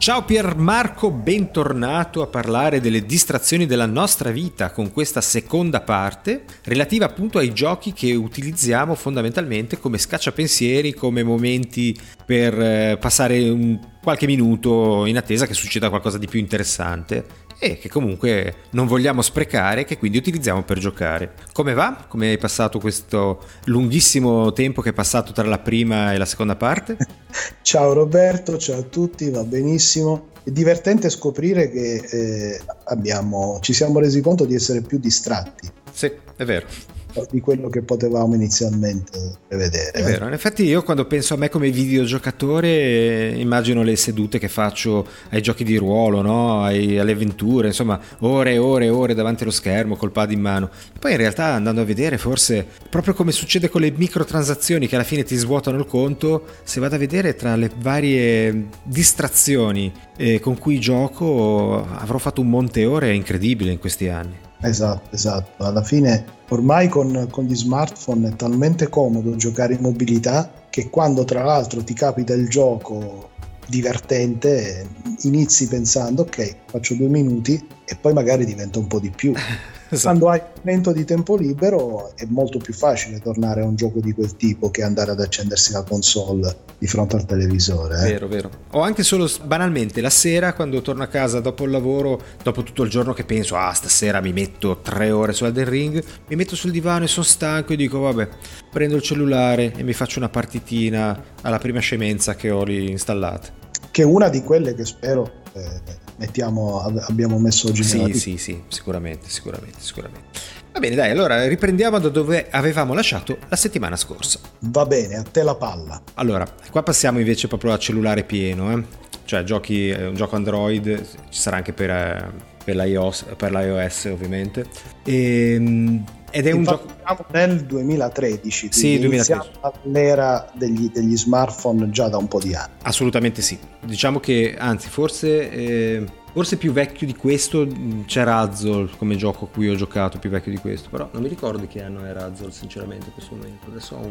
Ciao Piermarco, bentornato a parlare delle distrazioni della nostra vita con questa seconda parte relativa appunto ai giochi che utilizziamo fondamentalmente come scacciapensieri, come momenti per passare qualche minuto in attesa che succeda qualcosa di più interessante e che comunque non vogliamo sprecare, che quindi utilizziamo per giocare. Come va? Come hai passato questo lunghissimo tempo che è passato tra la prima e la seconda parte? Ciao Roberto, ciao a tutti, va benissimo. È divertente scoprire che ci siamo resi conto di essere più distratti. Sì, è vero. Di quello che potevamo inizialmente prevedere. È vero, in effetti io quando penso a me come videogiocatore immagino le sedute che faccio ai giochi di ruolo, no? Alle avventure, insomma ore e ore e ore davanti allo schermo col pad in mano. Poi in realtà andando a vedere forse proprio come succede con le microtransazioni che alla fine ti svuotano il conto, se vado a vedere tra le varie distrazioni con cui gioco avrò fatto un monte ore incredibile in questi anni. Esatto. Alla fine ormai con gli smartphone è talmente comodo giocare in mobilità che quando tra l'altro ti capita il gioco divertente inizi pensando ok, faccio 2 minuti e poi magari diventa un po' di più. Quando hai un momento di tempo libero è molto più facile tornare a un gioco di quel tipo che andare ad accendersi la console di fronte al televisore. Vero. O anche solo banalmente la sera quando torno a casa dopo il lavoro, dopo tutto il giorno che penso stasera mi metto 3 ore su Elden Ring, mi metto sul divano e sono stanco e dico vabbè, prendo il cellulare e mi faccio una partitina alla prima scemenza che ho lì installata. Che è una di quelle che spero abbiamo messo oggi. Sì, sicuramente. Va bene, dai, allora riprendiamo da dove avevamo lasciato la settimana scorsa. Va bene, a te la palla. Allora, qua passiamo invece proprio a cellulare pieno, cioè un gioco Android, ci sarà anche per l'iOS ovviamente. Ed è un gioco nel 2013, sì, 2013. L'era degli smartphone già da un po' di anni. Assolutamente sì, diciamo che anzi forse più vecchio di questo c'era Azul come gioco a cui ho giocato, più vecchio di questo, però non mi ricordo di che anno era Azul sinceramente in questo momento.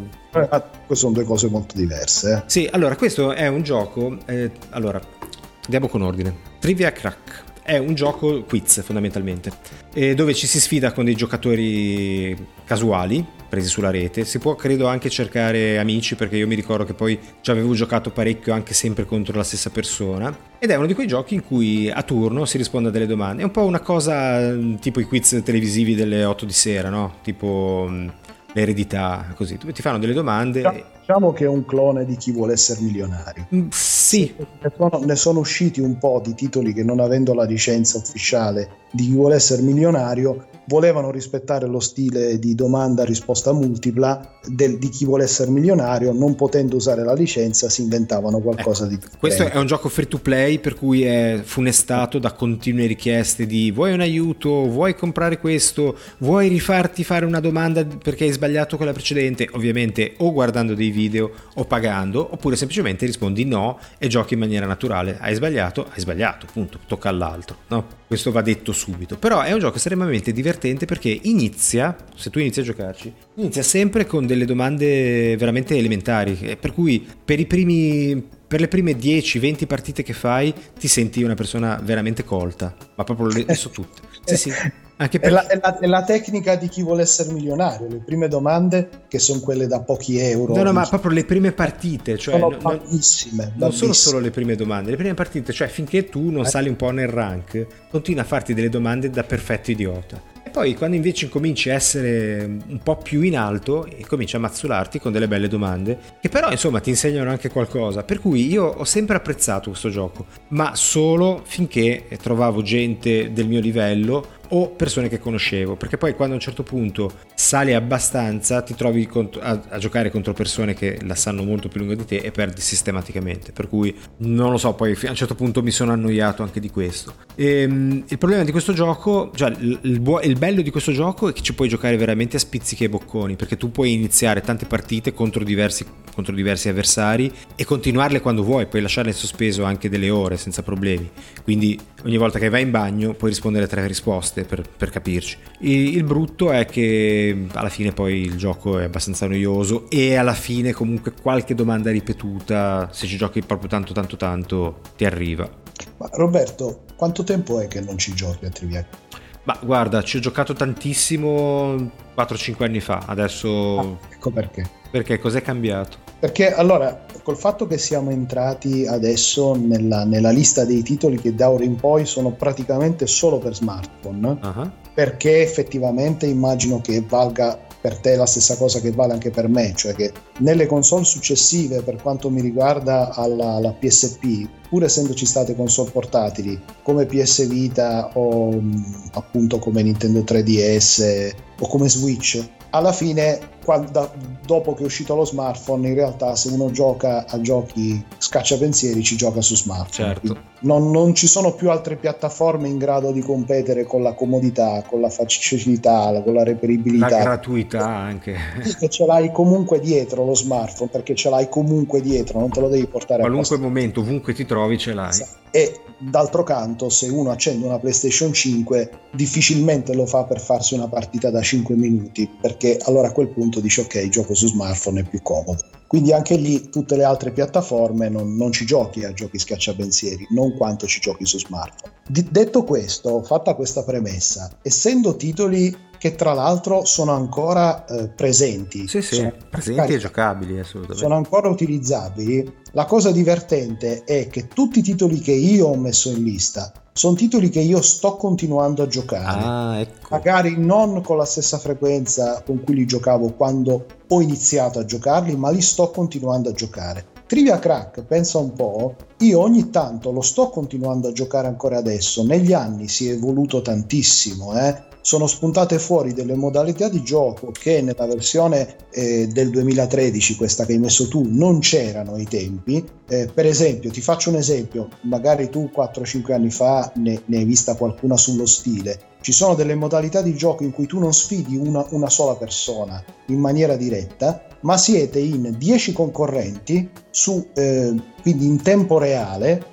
Queste sono due cose molto diverse. Sì, allora questo è un gioco, allora andiamo con ordine. Trivia Crack è un gioco quiz fondamentalmente, dove ci si sfida con dei giocatori casuali presi sulla rete. Si può credo anche cercare amici, perché io mi ricordo che poi ci avevo giocato parecchio anche sempre contro la stessa persona, ed è uno di quei giochi in cui a turno si risponde a delle domande. È un po' una cosa tipo i quiz televisivi delle 8 di sera, no? Tipo l'eredità, così dove ti fanno delle domande. Diciamo che è un clone di Chi vuole essere milionario. Sì. Ne sono usciti un po' di titoli che, non avendo la licenza ufficiale di Chi vuole essere milionario, volevano rispettare lo stile di domanda-risposta multipla di Chi vuole essere milionario. Non potendo usare la licenza si inventavano qualcosa di differente. Questo è un gioco free to play, per cui è funestato da continue richieste di vuoi un aiuto, vuoi comprare questo, vuoi rifarti fare una domanda perché hai sbagliato quella precedente, ovviamente o guardando dei video o pagando, oppure semplicemente rispondi no e giochi in maniera naturale. Hai sbagliato, punto, tocca all'altro, no? Questo va detto subito. Però è un gioco estremamente divertente perché se tu inizi a giocarci, inizia sempre con delle domande veramente elementari, per cui per le prime 10-20 partite che fai ti senti una persona veramente colta, ma proprio le so tutte. Sì. Anche è la tecnica di Chi vuole essere milionario. Le prime domande, che sono quelle da pochi euro, no, ma proprio le prime partite, cioè sono bellissime. Non sono solo le prime domande, le prime partite, cioè finché tu non sali un po' nel rank, continua a farti delle domande da perfetto idiota. E poi quando invece cominci a essere un po' più in alto e cominci a mazzolarti con delle belle domande che però insomma ti insegnano anche qualcosa, per cui io ho sempre apprezzato questo gioco, ma solo finché trovavo gente del mio livello o persone che conoscevo, perché poi quando a un certo punto sali abbastanza ti trovi a giocare contro persone che la sanno molto più lungo di te e perdi sistematicamente, per cui non lo so, poi a un certo punto mi sono annoiato anche di questo. Il problema di questo gioco, cioè il bello di questo gioco è che ci puoi giocare veramente a spizzichi e bocconi, perché tu puoi iniziare tante partite contro diversi avversari e continuarle quando vuoi, puoi lasciarle in sospeso anche delle ore senza problemi, quindi ogni volta che vai in bagno puoi rispondere 3 risposte per capirci. Il brutto è che alla fine poi il gioco è abbastanza noioso e alla fine comunque qualche domanda ripetuta, se ci giochi proprio tanto ti arriva. Ma Roberto, quanto tempo è che non ci giochi a Trivia? Ma guarda, ci ho giocato tantissimo 4-5 anni fa, adesso... Ecco perché. Perché cos'è cambiato? Perché allora, col fatto che siamo entrati adesso nella lista dei titoli che da ora in poi sono praticamente solo per smartphone, perché effettivamente immagino che valga per te la stessa cosa che vale anche per me, cioè che nelle console successive, per quanto mi riguarda alla PSP, pur essendoci state console portatili come PS Vita o appunto come Nintendo 3DS o come Switch, alla fine dopo che è uscito lo smartphone, in realtà se uno gioca a giochi scacciapensieri ci gioca su smartphone. Certo. Non ci sono più altre piattaforme in grado di competere con la comodità, con la facilità, con la reperibilità, la gratuità anche, che ce l'hai comunque dietro lo smartphone, perché ce l'hai comunque dietro, non te lo devi portare qualunque momento, ovunque ti trovi ce l'hai. E d'altro canto, se uno accende una PlayStation 5 difficilmente lo fa per farsi una partita da 5 minuti, perché allora a quel punto dice ok, gioco su smartphone, è più comodo. Quindi anche lì tutte le altre piattaforme non ci giochi a giochi scacciapensieri, non quanto ci giochi su smartphone. Detto questo, fatta questa premessa, essendo titoli che tra l'altro sono ancora presenti, presenti e giocabili, assolutamente, sono ancora utilizzabili, la cosa divertente è che tutti i titoli che io ho messo in lista sono titoli che io sto continuando a giocare, ecco. Magari non con la stessa frequenza con cui li giocavo quando ho iniziato a giocarli, ma li sto continuando a giocare. Trivia Crack, pensa un po', io ogni tanto lo sto continuando a giocare ancora adesso, negli anni si è evoluto tantissimo, sono spuntate fuori delle modalità di gioco che nella versione del 2013, questa che hai messo tu, non c'erano ai tempi. Per esempio, ti faccio un esempio, magari tu 4-5 anni fa ne hai vista qualcuna sullo stile. Ci sono delle modalità di gioco in cui tu non sfidi una sola persona in maniera diretta, ma siete in 10 concorrenti quindi in tempo reale,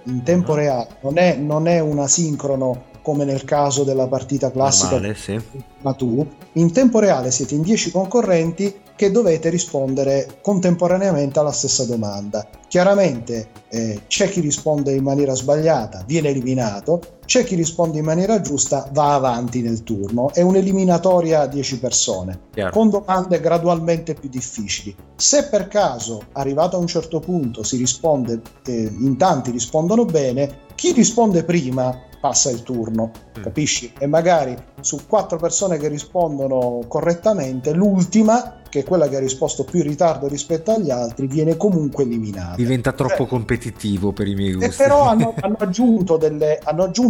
non è un asincrono come nel caso della partita classica. Normale, sì. Ma tu in tempo reale siete in 10 concorrenti che dovete rispondere contemporaneamente alla stessa domanda. Chiaramente c'è chi risponde in maniera sbagliata, viene eliminato, c'è chi risponde in maniera giusta, va avanti nel turno. È un'eliminatoria a 10 persone, con domande gradualmente più difficili. Se per caso, arrivato a un certo punto, si risponde, in tanti rispondono bene, chi risponde prima passa il turno, capisci? E magari su 4 persone che rispondono correttamente, l'ultima, che è quella che ha risposto più in ritardo rispetto agli altri, viene comunque eliminata. Diventa troppo competitivo per i miei gusti. Però hanno aggiunto delle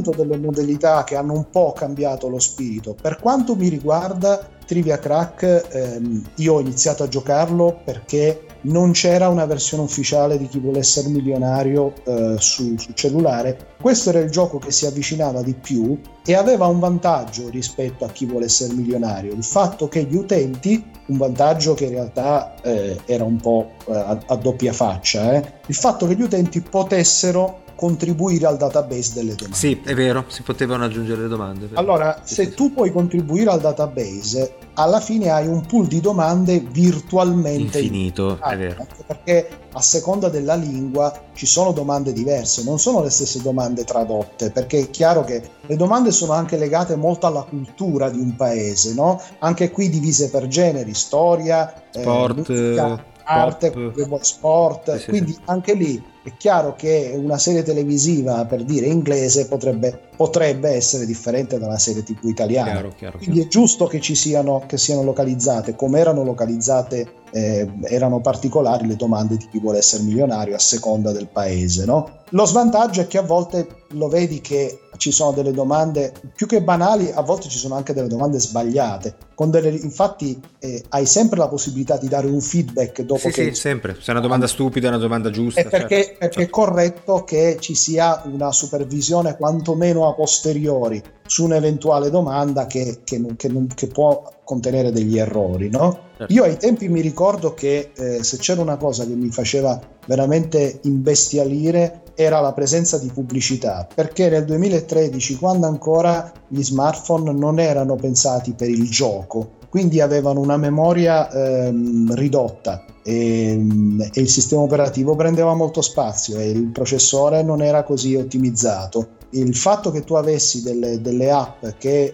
modalità che hanno un po' cambiato lo spirito. Per quanto mi riguarda, Trivia Crack, io ho iniziato a giocarlo perché non c'era una versione ufficiale di Chi vuole essere milionario su cellulare. Questo era il gioco che si avvicinava di più e aveva un vantaggio rispetto a Chi vuole essere milionario, il fatto che gli utenti, un vantaggio che in realtà era un po' a doppia faccia, il fatto che gli utenti potessero contribuire al database delle domande. Sì, è vero, si potevano aggiungere le domande. Allora, se tu puoi contribuire al database, alla fine hai un pool di domande virtualmente infinito, è vero. Perché a seconda della lingua ci sono domande diverse, non sono le stesse domande tradotte, perché è chiaro che le domande sono anche legate molto alla cultura di un paese, no? Anche qui divise per generi, storia, sport, musica, arte, sport, quindi anche lì è chiaro che una serie televisiva, per dire inglese, potrebbe essere differente da una serie TV italiana. Quindi è giusto che siano localizzate, come erano localizzate, erano particolari le domande di Chi vuole essere milionario a seconda del paese, no? Lo svantaggio è che a volte lo vedi che ci sono delle domande più che banali, a volte ci sono anche delle domande sbagliate. Infatti hai sempre la possibilità di dare un feedback dopo Sì, sempre. Se è una domanda stupida, è una domanda giusta. Perché è corretto che ci sia una supervisione quantomeno a posteriori su un'eventuale domanda che può contenere degli errori, no? Io ai tempi mi ricordo che se c'era una cosa che mi faceva veramente imbestialire era la presenza di pubblicità, perché nel 2013, quando ancora gli smartphone non erano pensati per il gioco, quindi avevano una memoria ridotta, e il sistema operativo prendeva molto spazio e il processore non era così ottimizzato. Il fatto che tu avessi delle app che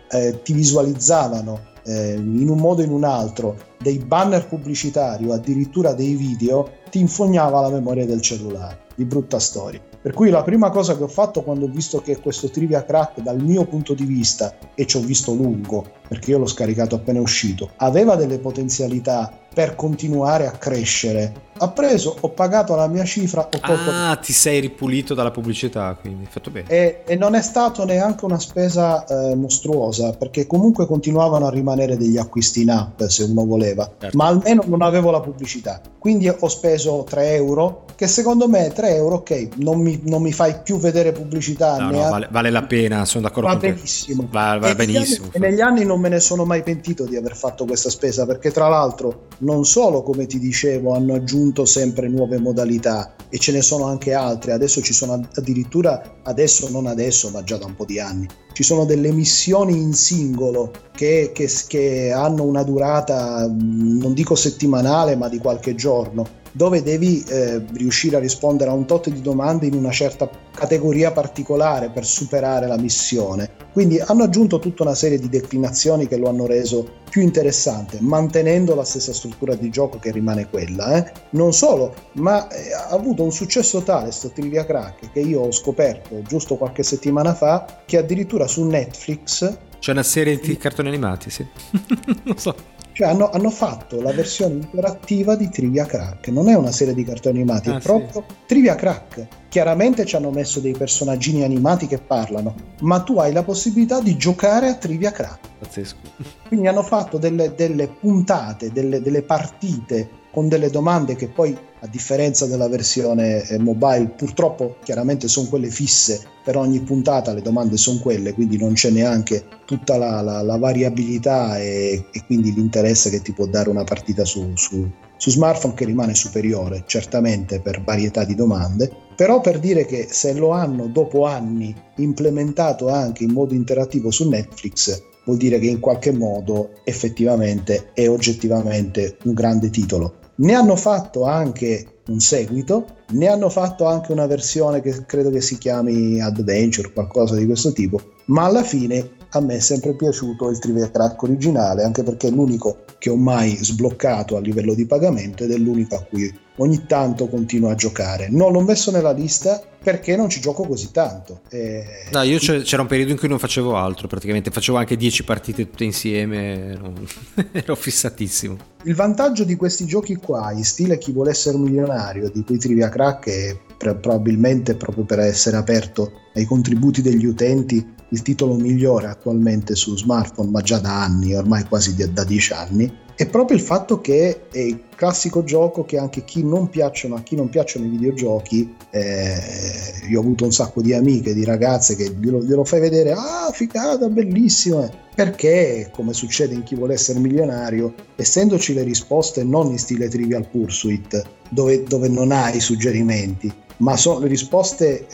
ti visualizzavano in un modo o in un altro dei banner pubblicitari o addirittura dei video ti infognava la memoria del cellulare, di brutta storia. Per cui la prima cosa che ho fatto quando ho visto che questo Trivia Crack, dal mio punto di vista, e ci ho visto lungo perché io l'ho scaricato appena uscito, aveva delle potenzialità per continuare a crescere, ho pagato la mia cifra, ho tolto... ti sei ripulito dalla pubblicità, quindi fatto bene. E non è stato neanche una spesa mostruosa, perché comunque continuavano a rimanere degli acquisti in app se uno voleva, certo. Ma almeno non avevo la pubblicità, quindi ho speso 3 euro, che secondo me 3 euro, ok, non mi fai più vedere pubblicità, no, vale la pena, sono d'accordo con benissimo. Va benissimo. E negli anni non me ne sono mai pentito di aver fatto questa spesa, perché tra l'altro non solo, come ti dicevo, hanno aggiunto sempre nuove modalità e ce ne sono anche altre. Adesso ci sono addirittura, non adesso, ma già da un po' di anni, ci sono delle missioni in singolo che hanno una durata, non dico settimanale, ma di qualche giorno, dove devi riuscire a rispondere a un tot di domande in una certa categoria particolare per superare la missione. Quindi hanno aggiunto tutta una serie di declinazioni che lo hanno reso più interessante, mantenendo la stessa struttura di gioco che rimane quella. Non solo, ma ha avuto un successo tale sto Trivia Crack, che io ho scoperto giusto qualche settimana fa, che addirittura su Netflix c'è una serie di cartoni animati, sì. Non so. Cioè hanno fatto la versione interattiva di Trivia Crack, non è una serie di cartoni animati, è proprio sì. Trivia Crack. Chiaramente ci hanno messo dei personaggini animati che parlano, ma tu hai la possibilità di giocare a Trivia Crack. Pazzesco. Quindi hanno fatto delle puntate, delle partite con delle domande che poi, a differenza della versione mobile, purtroppo chiaramente sono quelle fisse, per ogni puntata le domande sono quelle, quindi non c'è neanche tutta la variabilità e quindi l'interesse che ti può dare una partita su smartphone, che rimane superiore certamente per varietà di domande. Però per dire che se lo hanno dopo anni implementato anche in modo interattivo su Netflix, vuol dire che in qualche modo effettivamente è oggettivamente un grande titolo. Ne hanno fatto anche un seguito, ne hanno fatto anche una versione che credo che si chiami Adventure, qualcosa di questo tipo, ma alla fine a me è sempre piaciuto il Trivia Crack originale, anche perché è l'unico che ho mai sbloccato a livello di pagamento ed è l'unico a cui ogni tanto continuo a giocare. Non l'ho messo nella lista perché non ci gioco così tanto. No, io c'era un periodo in cui non facevo altro, praticamente facevo anche 10 partite tutte insieme, ero fissatissimo. Il vantaggio di questi giochi qua, in stile Chi vuole essere milionario, di cui Trivia Crack è probabilmente, proprio per essere aperto ai contributi degli utenti, il titolo migliore attualmente su smartphone, ma già da anni, ormai quasi da 10 anni, è proprio il fatto che è il classico gioco che anche a chi non piacciono i videogiochi, io ho avuto un sacco di amiche, di ragazze che glielo fai vedere, figata, bellissimo, perché come succede in Chi vuole essere milionario, essendoci le risposte non in stile Trivial Pursuit dove non hai suggerimenti, ma sono le risposte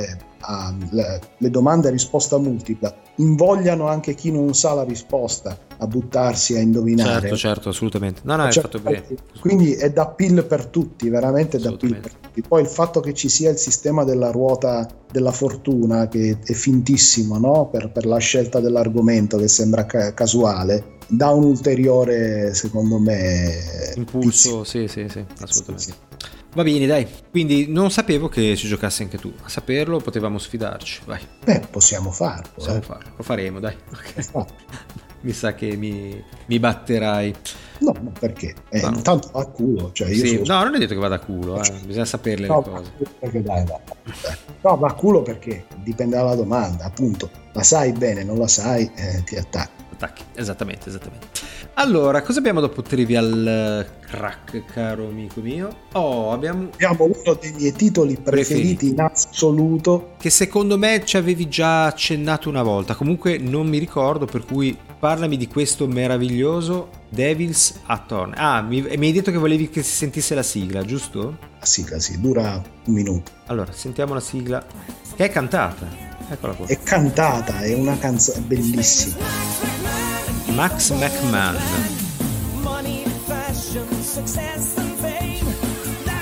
le domande a risposta multipla, invogliano anche chi non sa la risposta a buttarsi a indovinare. Certo, assolutamente. No, è fatto bene. Quindi è da appeal per tutti, veramente da appeal per tutti. Poi il fatto che ci sia il sistema della ruota della fortuna, che è fintissimo, no? Per la scelta dell'argomento, che sembra casuale, dà un ulteriore, secondo me, impulso. Sì, assolutamente. Sì. Va bene, dai. Quindi non sapevo che ci giocassi anche tu. A saperlo potevamo sfidarci. Vai. Possiamo farlo. Lo faremo, dai. Okay. Mi sa che mi batterai. No, ma perché? Tanto va a culo. Cioè io no, non è detto che vada a culo, bisogna saperle le cose. Perché dai. No, va a culo perché dipende dalla domanda, appunto. La sai bene, non la sai, ti attacchi. Esattamente. Allora, cosa abbiamo dopo Trivial Crack, caro amico mio? Abbiamo uno dei miei titoli preferiti in assoluto, che secondo me ci avevi già accennato una volta, comunque non mi ricordo, per cui parlami di questo meraviglioso Devil's Attorney. Mi hai detto che volevi che si sentisse la sigla, giusto? La sigla, sì, dura 1 minuto. Allora, sentiamo la sigla, che è cantata. Eccola qua. È cantata, è una canzone bellissima. Max McMahon. Money, fashion, success and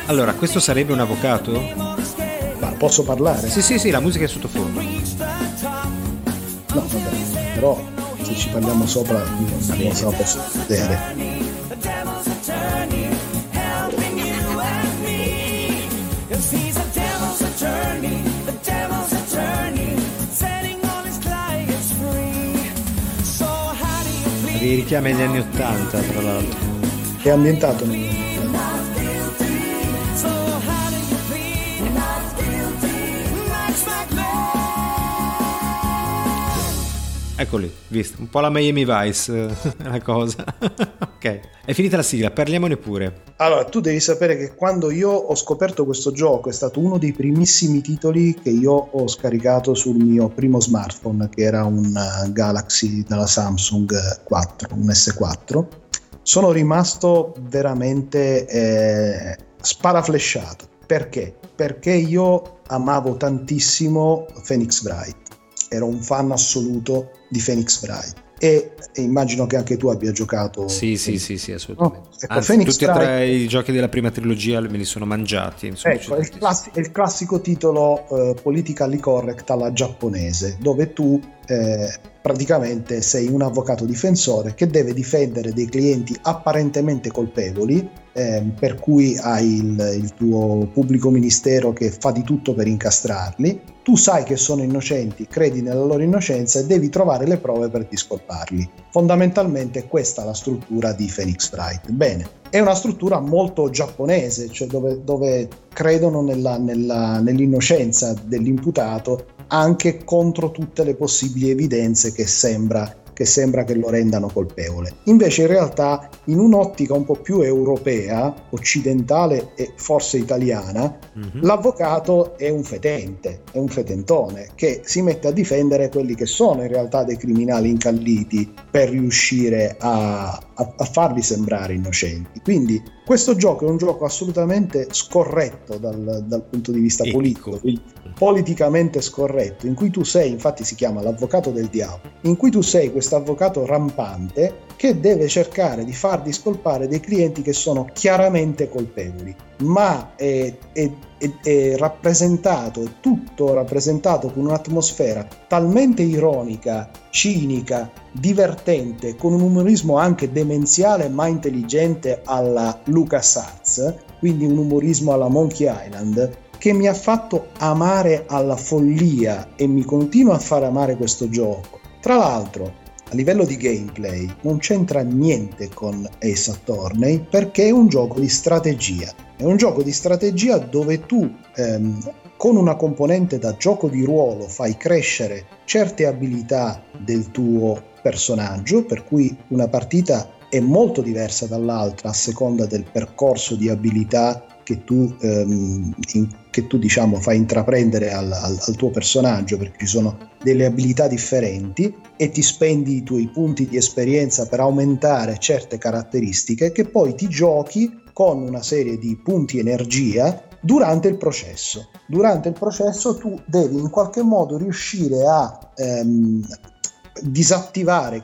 Allora, questo sarebbe un avvocato? Ma posso parlare? Sì, la musica è sottofondo. No, vabbè, però se ci parliamo sopra non se la posso vedere. Richiama gli anni 80, tra l'altro. È ambientato negli anni 80. Ecco lì, visto, un po' la Miami Vice la cosa. Ok, è finita la sigla, parliamone pure. Allora, tu devi sapere che quando io ho scoperto questo gioco è stato uno dei primissimi titoli che io ho scaricato sul mio primo smartphone, che era un Galaxy della Samsung 4, un S4. Sono rimasto veramente sparaflesciato. Perché? Perché io amavo tantissimo Phoenix Wright. Ero un fan assoluto di Phoenix Wright e immagino che anche tu abbia giocato. Sì, assolutamente. No? Ecco, anzi, Phoenix tutti e Wright, tre i giochi della prima trilogia me li sono mangiati. ecco, è il classico titolo politically correct alla giapponese, dove tu praticamente sei un avvocato difensore che deve difendere dei clienti apparentemente colpevoli, per cui hai il tuo pubblico ministero che fa di tutto per incastrarli. Tu sai che sono innocenti, credi nella loro innocenza e devi trovare le prove per discolparli. Fondamentalmente questa è la struttura di Phoenix Wright. Bene, è una struttura molto giapponese, cioè dove credono nell'innocenza dell'imputato anche contro tutte le possibili evidenze che sembra che lo rendano colpevole. Invece in realtà, in un'ottica un po' più europea, occidentale e forse italiana, l'avvocato è un fetentone che si mette a difendere quelli che sono in realtà dei criminali incalliti per riuscire a farli sembrare innocenti. Quindi questo gioco è un gioco assolutamente scorretto dal punto di vista politico, politicamente scorretto, in cui tu sei, infatti si chiama l'avvocato del diavolo, in cui tu sei questo avvocato rampante che deve cercare di far discolpare dei clienti che sono chiaramente colpevoli, ma è rappresentato, è tutto rappresentato con un'atmosfera talmente ironica, cinica, divertente, con un umorismo anche demenziale ma intelligente alla LucasArts, quindi un umorismo alla Monkey Island, che mi ha fatto amare alla follia e mi continua a far amare questo gioco. Tra l'altro, a livello di gameplay non c'entra niente con Ace Attorney, perché è un gioco di strategia. È un gioco di strategia dove tu con una componente da gioco di ruolo fai crescere certe abilità del tuo personaggio, per cui una partita è molto diversa dall'altra a seconda del percorso di abilità che tu diciamo fai intraprendere al tuo personaggio, perché ci sono delle abilità differenti e ti spendi i tuoi punti di esperienza per aumentare certe caratteristiche che poi ti giochi con una serie di punti energia durante il processo. Durante il processo tu devi in qualche modo riuscire a disattivare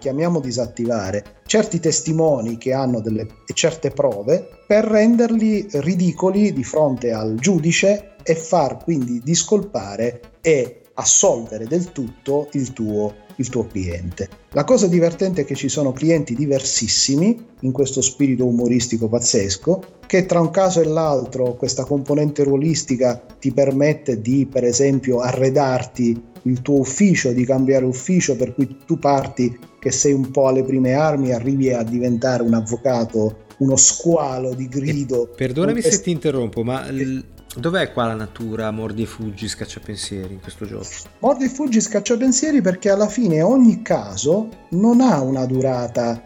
certi testimoni che hanno certe prove per renderli ridicoli di fronte al giudice e far quindi discolpare e assolvere del tutto il tuo cliente. La cosa divertente è che ci sono clienti diversissimi in questo spirito umoristico pazzesco, che tra un caso e l'altro questa componente ruolistica ti permette di, per esempio, arredarti il tuo ufficio, di cambiare ufficio, per cui tu parti che sei un po' alle prime armi, arrivi a diventare un avvocato, uno squalo di grido. Perdonami se ti interrompo, ma dov'è qua la natura mordi e fuggi scacciapensieri in questo gioco? Mordi e fuggi scacciapensieri perché alla fine ogni caso non ha una durata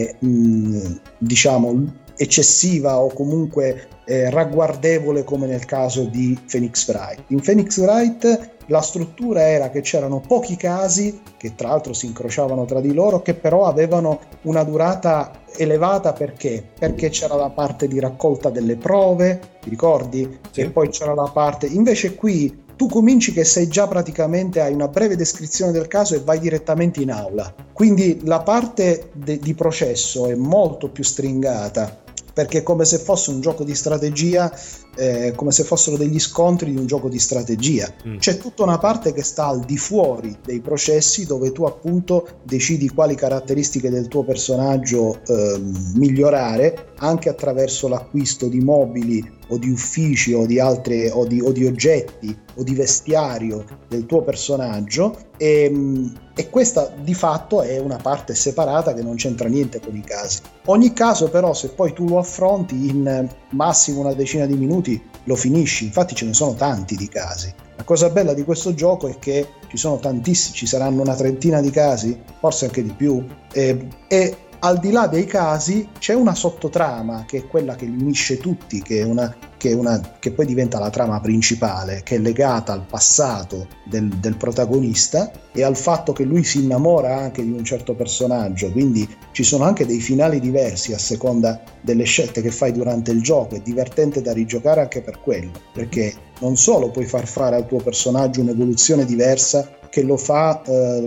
diciamo eccessiva o comunque ragguardevole come nel caso di Phoenix Wright. In Phoenix Wright la struttura era che c'erano pochi casi che tra l'altro si incrociavano tra di loro, che però avevano una durata elevata. Perché c'era la parte di raccolta delle prove, ti ricordi? Sì. E poi c'era la parte, invece qui tu cominci che sei già praticamente, hai una breve descrizione del caso e vai direttamente in aula, quindi la parte di processo è molto più stringata, perché è come se fosse un gioco di strategia come se fossero degli scontri di un gioco di strategia. C'è tutta una parte che sta al di fuori dei processi, dove tu appunto decidi quali caratteristiche del tuo personaggio migliorare, anche attraverso l'acquisto di mobili o di uffici o di altre o di oggetti o di vestiario del tuo personaggio, e questa di fatto è una parte separata che non c'entra niente con i casi. Ogni caso però, se poi tu lo affronti in massimo una decina di minuti, lo finisci. Infatti ce ne sono tanti di casi. La cosa bella di questo gioco è che ci sono tantissimi, ci saranno una trentina di casi, forse anche di più, e al di là dei casi c'è una sottotrama che è quella che li unisce tutti, che poi diventa la trama principale, che è legata al passato del protagonista e al fatto che lui si innamora anche di un certo personaggio. Quindi ci sono anche dei finali diversi a seconda delle scelte che fai durante il gioco. È divertente da rigiocare anche per quello, perché non solo puoi far fare al tuo personaggio un'evoluzione diversa che lo fa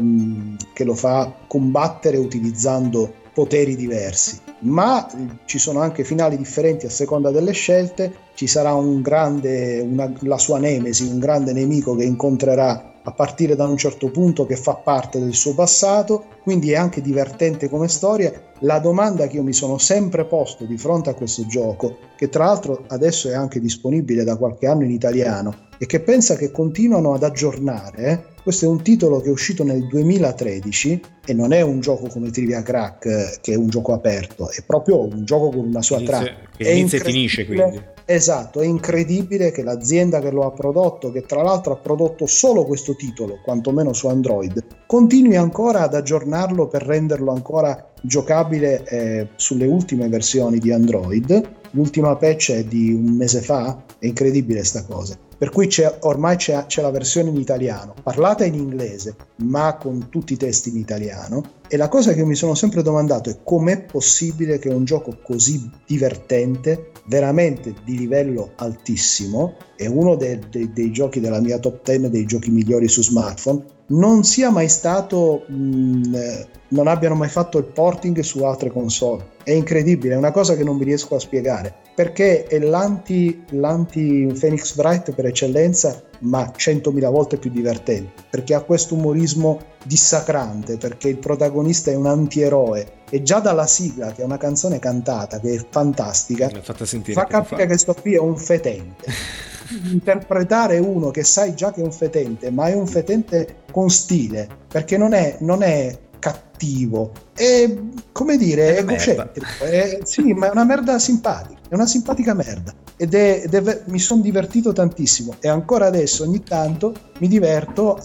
combattere utilizzando poteri diversi, ma ci sono anche finali differenti a seconda delle scelte. Ci sarà la sua nemesi, un grande nemico che incontrerà a partire da un certo punto, che fa parte del suo passato, quindi è anche divertente come storia. La domanda che io mi sono sempre posto di fronte a questo gioco, che tra l'altro adesso è anche disponibile da qualche anno in italiano e che pensa che continuano ad aggiornare, questo è un titolo che è uscito nel 2013 e non è un gioco come Trivia Crack, che è un gioco aperto, è proprio un gioco con una sua trama. Che inizia e finisce, quindi. Esatto, è incredibile che l'azienda che lo ha prodotto, che tra l'altro ha prodotto solo questo titolo, quantomeno su Android, continui ancora ad aggiornarlo per renderlo ancora giocabile sulle ultime versioni di Android. L'ultima patch è di un mese fa, è incredibile sta cosa. Per cui ormai c'è la versione in italiano, parlata in inglese, ma con tutti i testi in italiano. E la cosa che mi sono sempre domandato è com'è possibile che un gioco così divertente, veramente di livello altissimo, è uno dei giochi della mia top 10 dei giochi migliori su smartphone, non sia mai stato, non abbiano mai fatto il porting su altre console. È incredibile, è una cosa che non mi riesco a spiegare, perché è l'anti Phoenix Wright per eccellenza, ma 100.000 volte più divertente, perché ha questo umorismo dissacrante, perché il protagonista è un antieroe e già dalla sigla, che è una canzone cantata che è fantastica, fa capire che sto qui è un fetente. Interpretare uno che sai già che è un fetente, ma è un fetente con stile, perché non è cattivo, è, come dire, egocentrico, sì, ma è una merda simpatica, è una simpatica merda, mi sono divertito tantissimo e ancora adesso ogni tanto mi diverto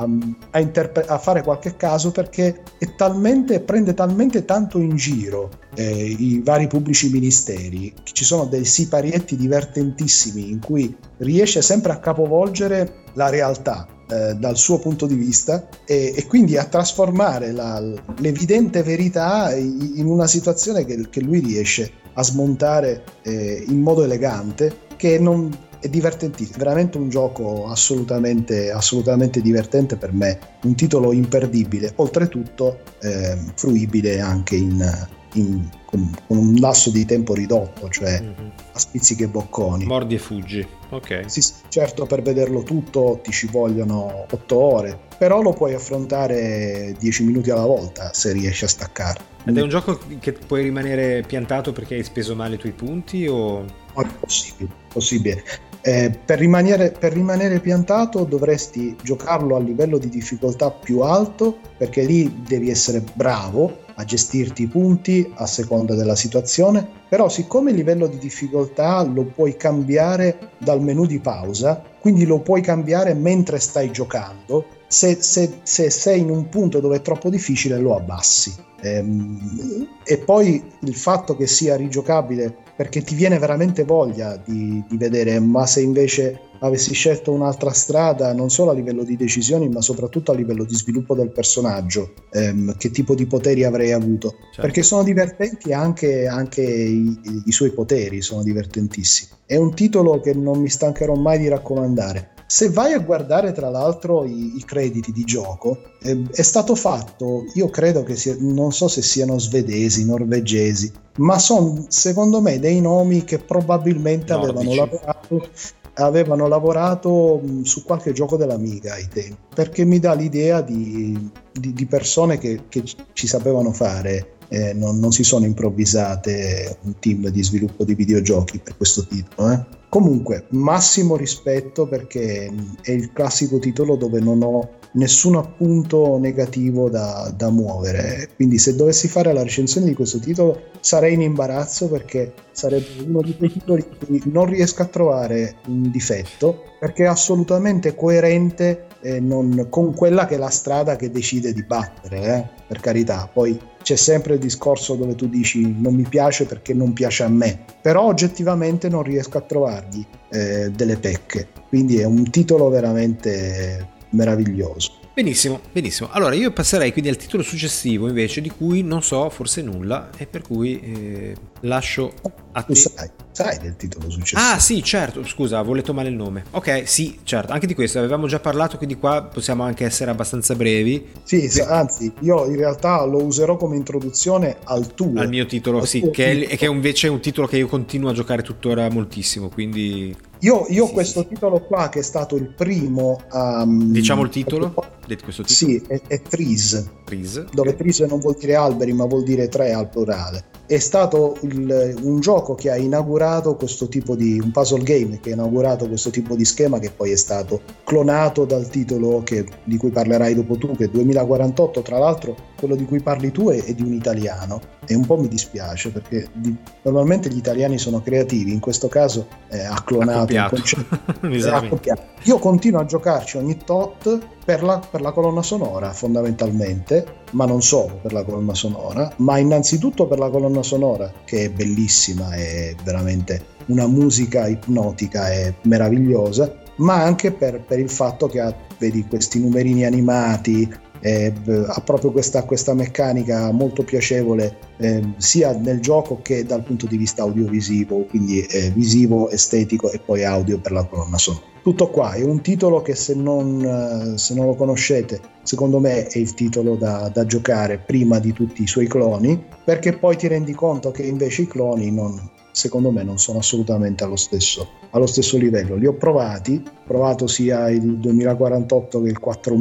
a fare qualche caso, perché prende talmente tanto in giro i vari pubblici ministeri, che ci sono dei siparietti divertentissimi in cui riesce sempre a capovolgere la realtà dal suo punto di vista e quindi a trasformare l'evidente verità in una situazione che lui riesce a smontare in modo elegante, che non è divertentissimo, veramente un gioco assolutamente divertente per me, un titolo imperdibile, oltretutto fruibile anche con un lasso di tempo ridotto, cioè a spizzichi e bocconi. Mordi e fuggi, ok. Sì, certo, per vederlo tutto ti ci vogliono 8 ore, però lo puoi affrontare 10 minuti alla volta se riesci a staccare. Ed è un gioco che puoi rimanere piantato perché hai speso male i tuoi punti o... No, è possibile. Per rimanere piantato dovresti giocarlo a livello di difficoltà più alto, perché lì devi essere bravo a gestirti i punti a seconda della situazione, però siccome il livello di difficoltà lo puoi cambiare dal menu di pausa, quindi lo puoi cambiare mentre stai giocando, se sei in un punto dove è troppo difficile lo abbassi. E poi il fatto che sia rigiocabile, perché ti viene veramente voglia di vedere, ma se invece avessi scelto un'altra strada, non solo a livello di decisioni ma soprattutto a livello di sviluppo del personaggio, che tipo di poteri avrei avuto, certo. Perché sono divertenti anche i suoi poteri sono divertentissimi. È un titolo che non mi stancherò mai di raccomandare, Se vai a guardare tra l'altro i crediti di gioco, è stato fatto, io credo che non so se siano svedesi, norvegesi, ma sono secondo me dei nomi che probabilmente avevano lavorato su qualche gioco dell'Amiga ai tempi, perché mi dà l'idea di persone che ci sapevano fare. Non si sono improvvisate un team di sviluppo di videogiochi per questo titolo. Comunque massimo rispetto, perché è il classico titolo dove non ho nessun appunto negativo da muovere, quindi se dovessi fare la recensione di questo titolo sarei in imbarazzo, perché sarebbe uno di quei titoli in cui non riesco a trovare un difetto, perché è assolutamente coerente con quella che è la strada che decide di battere, per carità. Poi c'è sempre il discorso dove tu dici non mi piace perché non piace a me, però oggettivamente non riesco a trovargli delle pecche, quindi è un titolo veramente meraviglioso. Benissimo. Allora io passerei quindi al titolo successivo invece, di cui non so forse nulla, e per cui lascio a te. Sai del titolo successivo? Ah sì, certo, scusa, avevo letto male il nome. Ok, sì, certo, anche di questo avevamo già parlato, quindi qua possiamo anche essere abbastanza brevi. Sì, anzi, io in realtà lo userò come introduzione al mio titolo, sì, che è invece un titolo che io continuo a giocare tuttora moltissimo, quindi... Io questo titolo qua, che è stato il primo diciamo il titolo di questo titolo? Sì, è Trees, dove okay. Trees non vuol dire alberi ma vuol dire tre al plurale. È stato un gioco che ha inaugurato questo tipo di un puzzle game che ha inaugurato questo tipo di schema, che poi è stato clonato dal titolo di cui parlerai dopo tu, che è 2048. Tra l'altro quello di cui parli tu è di un italiano, e un po' mi dispiace, perché normalmente gli italiani sono creativi, in questo caso ha clonato il concetto. Io continuo a giocarci ogni tot per la colonna sonora, fondamentalmente, ma non solo per la colonna sonora, ma innanzitutto per la colonna sonora, che è bellissima, è veramente una musica ipnotica e meravigliosa, ma anche per il fatto che vedi questi numerini animati, ha proprio questa meccanica molto piacevole, sia nel gioco che dal punto di vista audiovisivo, quindi visivo, estetico e poi audio per la colonna sonora. Tutto qua, è un titolo che se non lo conoscete, secondo me è il titolo da giocare prima di tutti i suoi cloni, perché poi ti rendi conto che invece i cloni secondo me non sono assolutamente allo stesso livello. Li ho provato sia il 2048 che il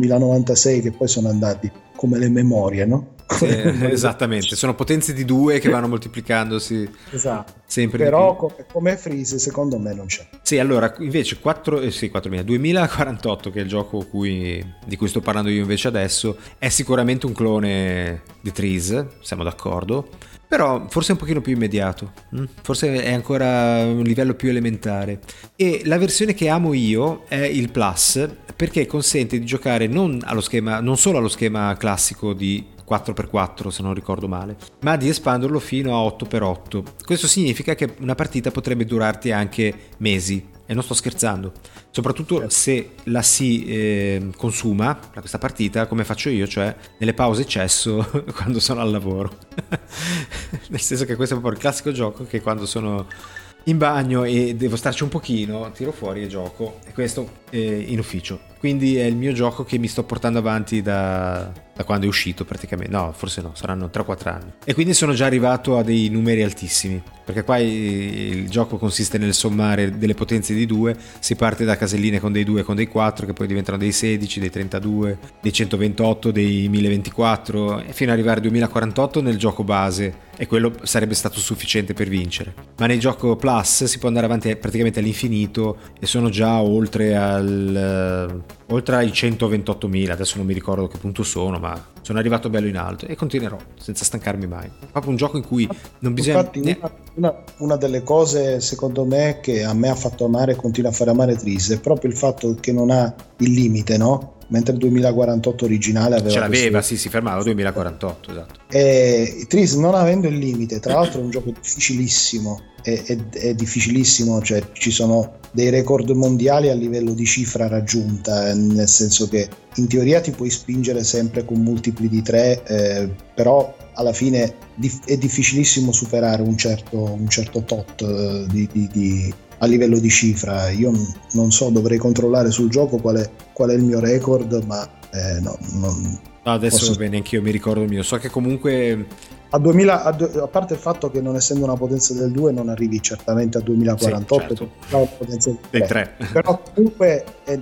4096, che poi sono andati come le memorie, no? Esattamente, sono potenze di 2 che vanno moltiplicandosi. Esatto. Sempre però come Freeze secondo me non c'è. Sì, allora invece 2048, che è il gioco di cui sto parlando io invece adesso, è sicuramente un clone di Trees, siamo d'accordo, però forse è un pochino più immediato, forse è ancora un livello più elementare, e la versione che amo io è il Plus, perché consente di giocare non solo allo schema classico di 4x4 se non ricordo male, ma di espanderlo fino a 8x8. Questo significa che una partita potrebbe durarti anche mesi, e non sto scherzando, soprattutto se la si consuma questa partita come faccio io, cioè nelle pause eccesso quando sono al lavoro. Nel senso che questo è proprio il classico gioco che quando sono in bagno e devo starci un pochino tiro fuori e gioco, e questo in ufficio, quindi è il mio gioco che mi sto portando avanti da quando è uscito praticamente, no forse no, saranno 3-4 anni, e quindi sono già arrivato a dei numeri altissimi, perché qua il gioco consiste nel sommare delle potenze di 2, si parte da caselline con dei 2 e con dei 4 che poi diventano dei 16, dei 32, dei 128, dei 1024, e fino ad arrivare al 2048 nel gioco base, e quello sarebbe stato sufficiente per vincere. Ma nel gioco Plus si può andare avanti praticamente all'infinito, e sono già oltre ai 128.000, adesso non mi ricordo che punto sono, ma sono arrivato bello in alto e continuerò senza stancarmi mai. È proprio un gioco in cui non bisogna... Infatti una delle cose secondo me che a me ha fatto amare e continua a fare amare Trees è proprio il fatto che non ha il limite, no? Mentre il 2048 originale aveva si fermava al 2048, esatto. E Trees, non avendo il limite, tra l'altro è un gioco difficilissimo, è difficilissimo, cioè ci sono dei record mondiali a livello di cifra raggiunta, nel senso che in teoria ti puoi spingere sempre con multipli di 3, però alla fine è difficilissimo superare un certo tot a livello di cifra. Io non so, dovrei controllare sul gioco qual è il mio record, ma no, adesso va bene, anch'io mi ricordo il mio. So che comunque a parte il fatto che non essendo una potenza del 2 non arrivi certamente a 2048, sì, certo. Una potenza del 3. Però comunque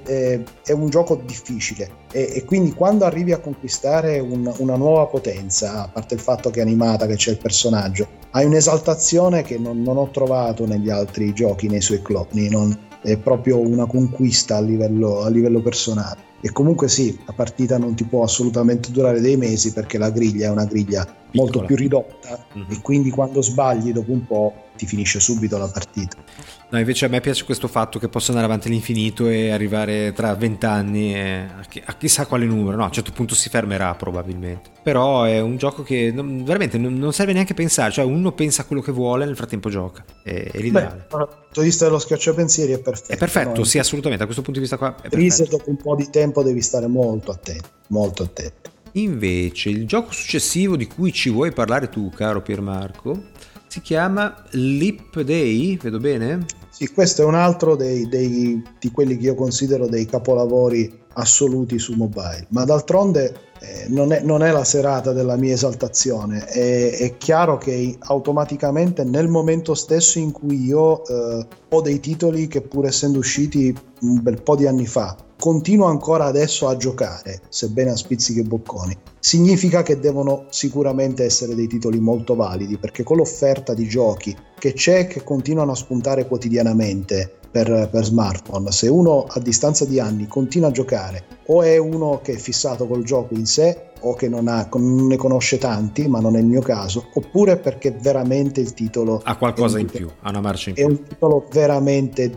è un gioco difficile e quindi quando arrivi a conquistare una nuova potenza, a parte il fatto che è animata, che c'è il personaggio, hai un'esaltazione che non ho trovato negli altri giochi, nei suoi cloni. È proprio una conquista a livello personale. E comunque sì, la partita non ti può assolutamente durare dei mesi, perché la griglia è una griglia molto più ridotta, e quindi quando sbagli dopo un po' ti finisce subito la partita. No, invece a me piace questo fatto che posso andare avanti all'infinito e arrivare tra 20 anni a chissà quale numero. No, a un certo punto si fermerà probabilmente. Però è un gioco che veramente non serve neanche pensare, cioè uno pensa a quello che vuole, nel frattempo gioca. È l'ideale. Dal punto di vista dello schiacciapensieri è perfetto. È perfetto, no? Sì, assolutamente, da questo punto di vista qua è perfetto. Dopo un po' di tempo devi stare molto attento, molto attento. Invece il gioco successivo di cui ci vuoi parlare tu, caro Piermarco, si chiama Leap Day, vedo bene? Sì, questo è un altro di quelli che io considero dei capolavori assoluti su mobile, ma d'altronde non è la serata della mia esaltazione. È chiaro che automaticamente nel momento stesso in cui io ho dei titoli che, pur essendo usciti un bel po' di anni fa, continuo ancora adesso a giocare, sebbene a spizzichi e bocconi, significa che devono sicuramente essere dei titoli molto validi, perché con l'offerta di giochi che c'è, che continuano a spuntare quotidianamente per smartphone, se uno a distanza di anni continua a giocare, o è uno che è fissato col gioco in sé, o che non ne conosce tanti, ma non è il mio caso, oppure perché veramente il titolo ha qualcosa in più, ha una marcia in più. È un titolo veramente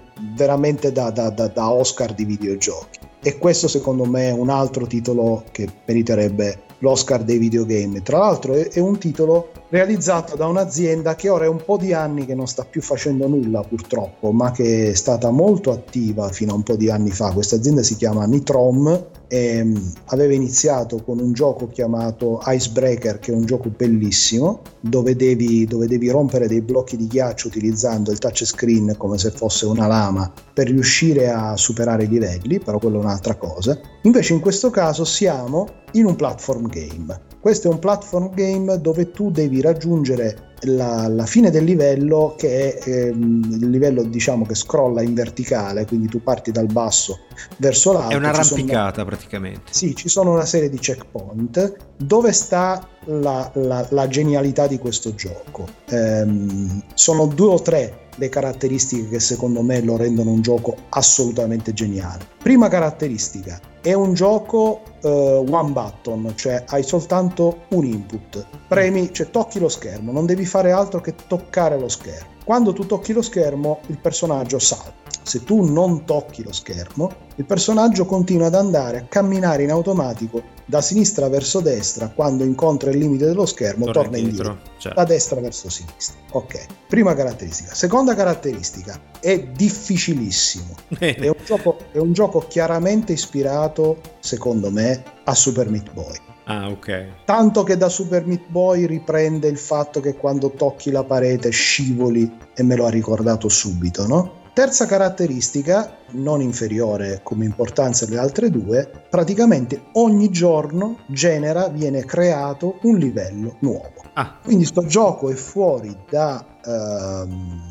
da Oscar di videogiochi. E questo secondo me è un altro titolo che meriterebbe l'Oscar dei videogame. Tra l'altro è un titolo realizzato da un'azienda che ora è un po' di anni che non sta più facendo nulla, purtroppo, ma che è stata molto attiva fino a un po' di anni fa. Questa azienda si chiama Nitrom e aveva iniziato con un gioco chiamato Icebreaker, che è un gioco bellissimo, dove devi rompere dei blocchi di ghiaccio utilizzando il touchscreen come se fosse una lama per riuscire a superare i livelli, però quello è un'altra cosa. Invece in questo caso siamo in un platform game. Questo è un platform game dove tu devi raggiungere la fine del livello, che è il livello, diciamo, che scrolla in verticale, quindi tu parti dal basso verso l'alto. È un'arrampicata praticamente. Sì, ci sono una serie di checkpoint. Dove sta la genialità di questo gioco? Sono 2 o 3 le caratteristiche che secondo me lo rendono un gioco assolutamente geniale. Prima caratteristica: è un gioco one button, cioè hai soltanto un input, premi, cioè tocchi lo schermo, non devi fare altro che toccare lo schermo. Quando tu tocchi lo schermo il personaggio salta. Se tu non tocchi lo schermo, il personaggio continua ad andare a camminare in automatico da sinistra verso destra. Quando incontra il limite dello schermo torna indietro, certo, da destra verso sinistra. Ok, prima caratteristica. Seconda caratteristica: è difficilissimo. È un gioco chiaramente ispirato, secondo me, a Super Meat Boy. Ah, ok. Tanto che da Super Meat Boy riprende il fatto che quando tocchi la parete scivoli, e me lo ha ricordato subito, no? Terza caratteristica, non inferiore come importanza alle altre 2, praticamente ogni giorno viene creato un livello nuovo. Quindi sto gioco è fuori dal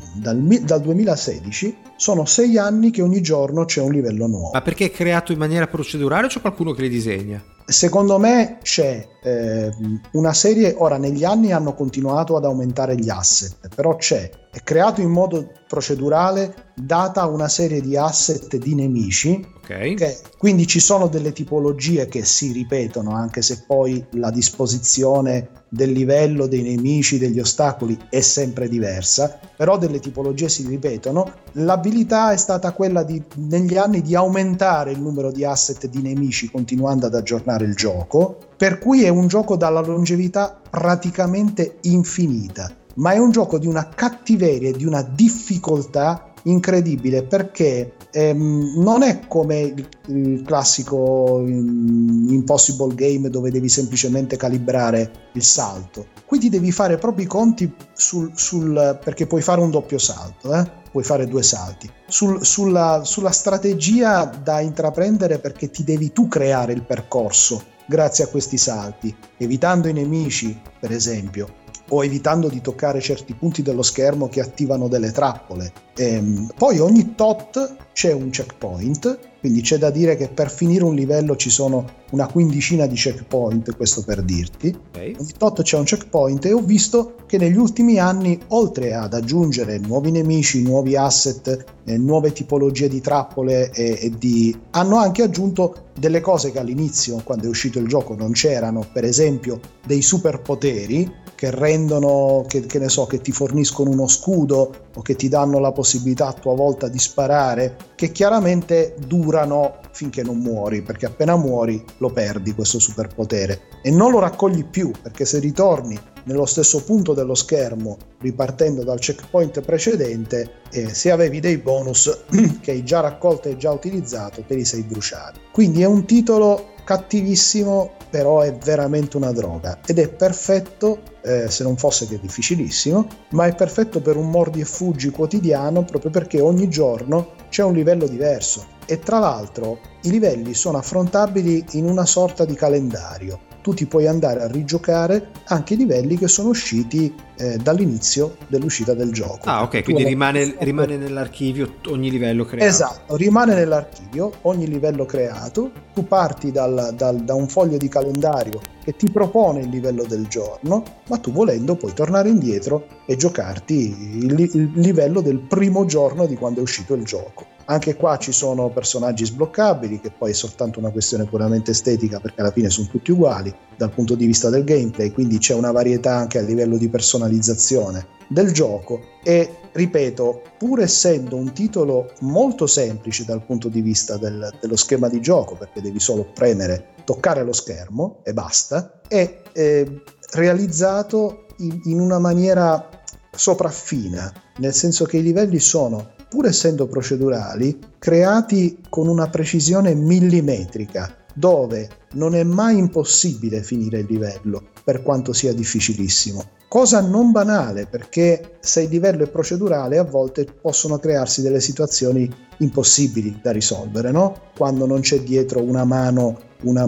2016, sono 6 anni che ogni giorno c'è un livello nuovo. Ma perché è creato in maniera procedurale o c'è qualcuno che li disegna? Secondo me c'è una serie, ora negli anni hanno continuato ad aumentare gli asset, però è creato in modo procedurale, data una serie di asset di nemici, okay. Quindi ci sono delle tipologie che si ripetono, anche se poi la disposizione del livello, dei nemici, degli ostacoli è sempre diversa, però delle tipologie si ripetono. L'abilità è stata quella negli anni di aumentare il numero di asset di nemici continuando ad aggiornare il gioco, per cui è un gioco dalla longevità praticamente infinita, ma è un gioco di una cattiveria e di una difficoltà incredibile, perché non è come il classico Impossible Game dove devi semplicemente calibrare il salto. Qui ti devi fare proprio i conti perché puoi fare un doppio salto, puoi fare 2 salti, sulla strategia da intraprendere, perché ti devi tu creare il percorso grazie a questi salti, evitando i nemici per esempio, o evitando di toccare certi punti dello schermo che attivano delle trappole. Poi ogni tot c'è un checkpoint, quindi c'è da dire che per finire un livello ci sono una quindicina di checkpoint, questo per dirti. Okay. Ogni tot c'è un checkpoint, e ho visto che negli ultimi anni, oltre ad aggiungere nuovi nemici, nuovi asset, nuove tipologie di trappole hanno anche aggiunto delle cose che all'inizio, quando è uscito il gioco, non c'erano, per esempio dei superpoteri che rendono, che ne so, che ti forniscono uno scudo o che ti danno la possibilità a tua volta di sparare, che chiaramente durano finché non muori, perché appena muori lo perdi questo superpotere e non lo raccogli più, perché se ritorni nello stesso punto dello schermo ripartendo dal checkpoint precedente, se avevi dei bonus che hai già raccolto e già utilizzato, te li sei bruciati. Quindi è un titolo cattivissimo, però è veramente una droga, ed è perfetto, se non fosse che difficilissimo, ma è perfetto per un mordi e fuggi quotidiano, proprio perché ogni giorno c'è un livello diverso, e tra l'altro i livelli sono affrontabili in una sorta di calendario. Tu ti puoi andare a rigiocare anche i livelli che sono usciti dall'inizio dell'uscita del gioco. Ah, ok, quindi rimane nell'archivio ogni livello creato. Esatto, rimane nell'archivio ogni livello creato. Tu parti da un foglio di calendario che ti propone il livello del giorno, ma tu volendo puoi tornare indietro e giocarti il livello del primo giorno di quando è uscito il gioco. Anche qua ci sono personaggi sbloccabili, che poi è soltanto una questione puramente estetica, perché alla fine sono tutti uguali dal punto di vista del gameplay, quindi c'è una varietà anche a livello di personalizzazione del gioco. E ripeto, pur essendo un titolo molto semplice dal punto di vista dello schema di gioco, perché devi solo premere, toccare lo schermo e basta, è realizzato in una maniera sopraffina, nel senso che i livelli sono, pur essendo procedurali, creati con una precisione millimetrica, dove non è mai impossibile finire il livello, per quanto sia difficilissimo. Cosa non banale, perché se il livello è procedurale a volte possono crearsi delle situazioni impossibili da risolvere, no? Quando non c'è dietro una mano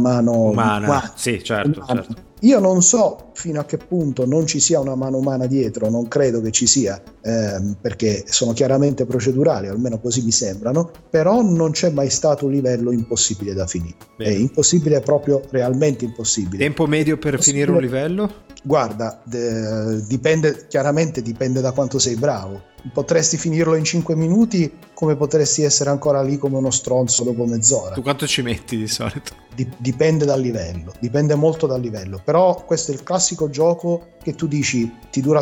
umana. Sì, certo. Io non so fino a che punto non ci sia una mano umana dietro, non credo che ci sia, perché sono chiaramente procedurali, almeno così mi sembrano, però non c'è mai stato un livello impossibile da finire. Bene. È impossibile, proprio realmente impossibile. Tempo medio per finire un livello? Guarda, dipende da quanto sei bravo. Potresti finirlo in 5 minuti, come potresti essere ancora lì come uno stronzo dopo mezz'ora. Tu quanto ci metti di solito? Dipende dal livello, dipende molto dal livello, però questo è il classico gioco che tu dici ti dura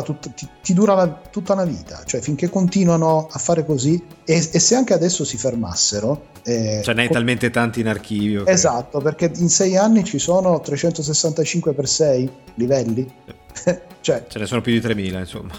tutta una vita, cioè finché continuano a fare così, e se anche adesso si fermassero, cioè ne hai talmente tanti in archivio esatto, perché in 6 anni ci sono 365 per 6 livelli. Cioè, ce ne sono più di 3000, insomma.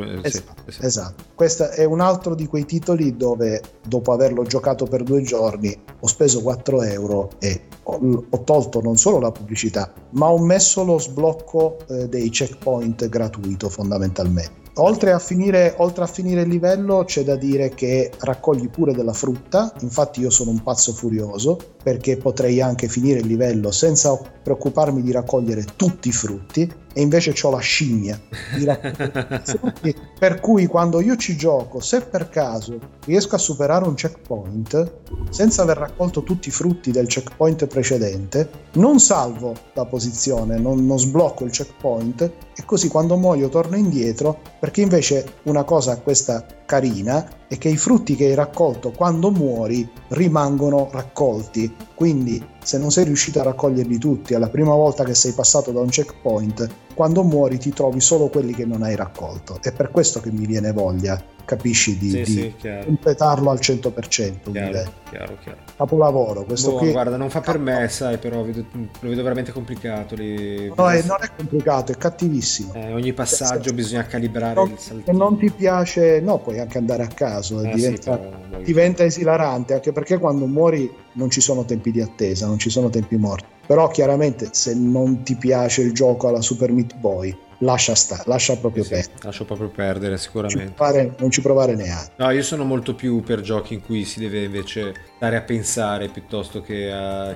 Esatto. Questo è un altro di quei titoli dove, dopo averlo giocato per 2 giorni, ho speso 4 euro e ho tolto non solo la pubblicità, ma ho messo lo sblocco dei checkpoint gratuito, fondamentalmente. Oltre a finire il livello, c'è da dire che raccogli pure della frutta. Infatti io sono un pazzo furioso, perché potrei anche finire il livello senza preoccuparmi di raccogliere tutti i frutti, e invece c'ho la scimmia di raccogliere frutti, per cui quando io ci gioco, se per caso riesco a superare un checkpoint senza aver raccolto tutti i frutti del checkpoint precedente, non salvo la posizione, non sblocco il checkpoint, e così quando muoio torno indietro, perché invece una cosa questa carina è che i frutti che hai raccolto quando muori rimangono raccolti, quindi se non sei riuscito a raccoglierli tutti alla prima volta che sei passato da un checkpoint, quando muori ti trovi solo quelli che non hai raccolto. È per questo che mi viene voglia capisci, di sì, completarlo al 100%. Chiaro. Capolavoro questo qui. Guarda, non fa per me, sai, però lo vedo veramente complicato. Non è complicato, è cattivissimo. Ogni passaggio bisogna calibrare il saltino. Se non ti piace, no, puoi anche andare a caso, diventa esilarante, anche perché quando muori non ci sono tempi di attesa, non ci sono tempi morti. Però chiaramente se non ti piace il gioco alla Super Meat Boy, lascia proprio perdere. Lascio proprio perdere, sicuramente. Non ci provare neanche. No, io sono molto più per giochi in cui si deve invece stare a pensare piuttosto che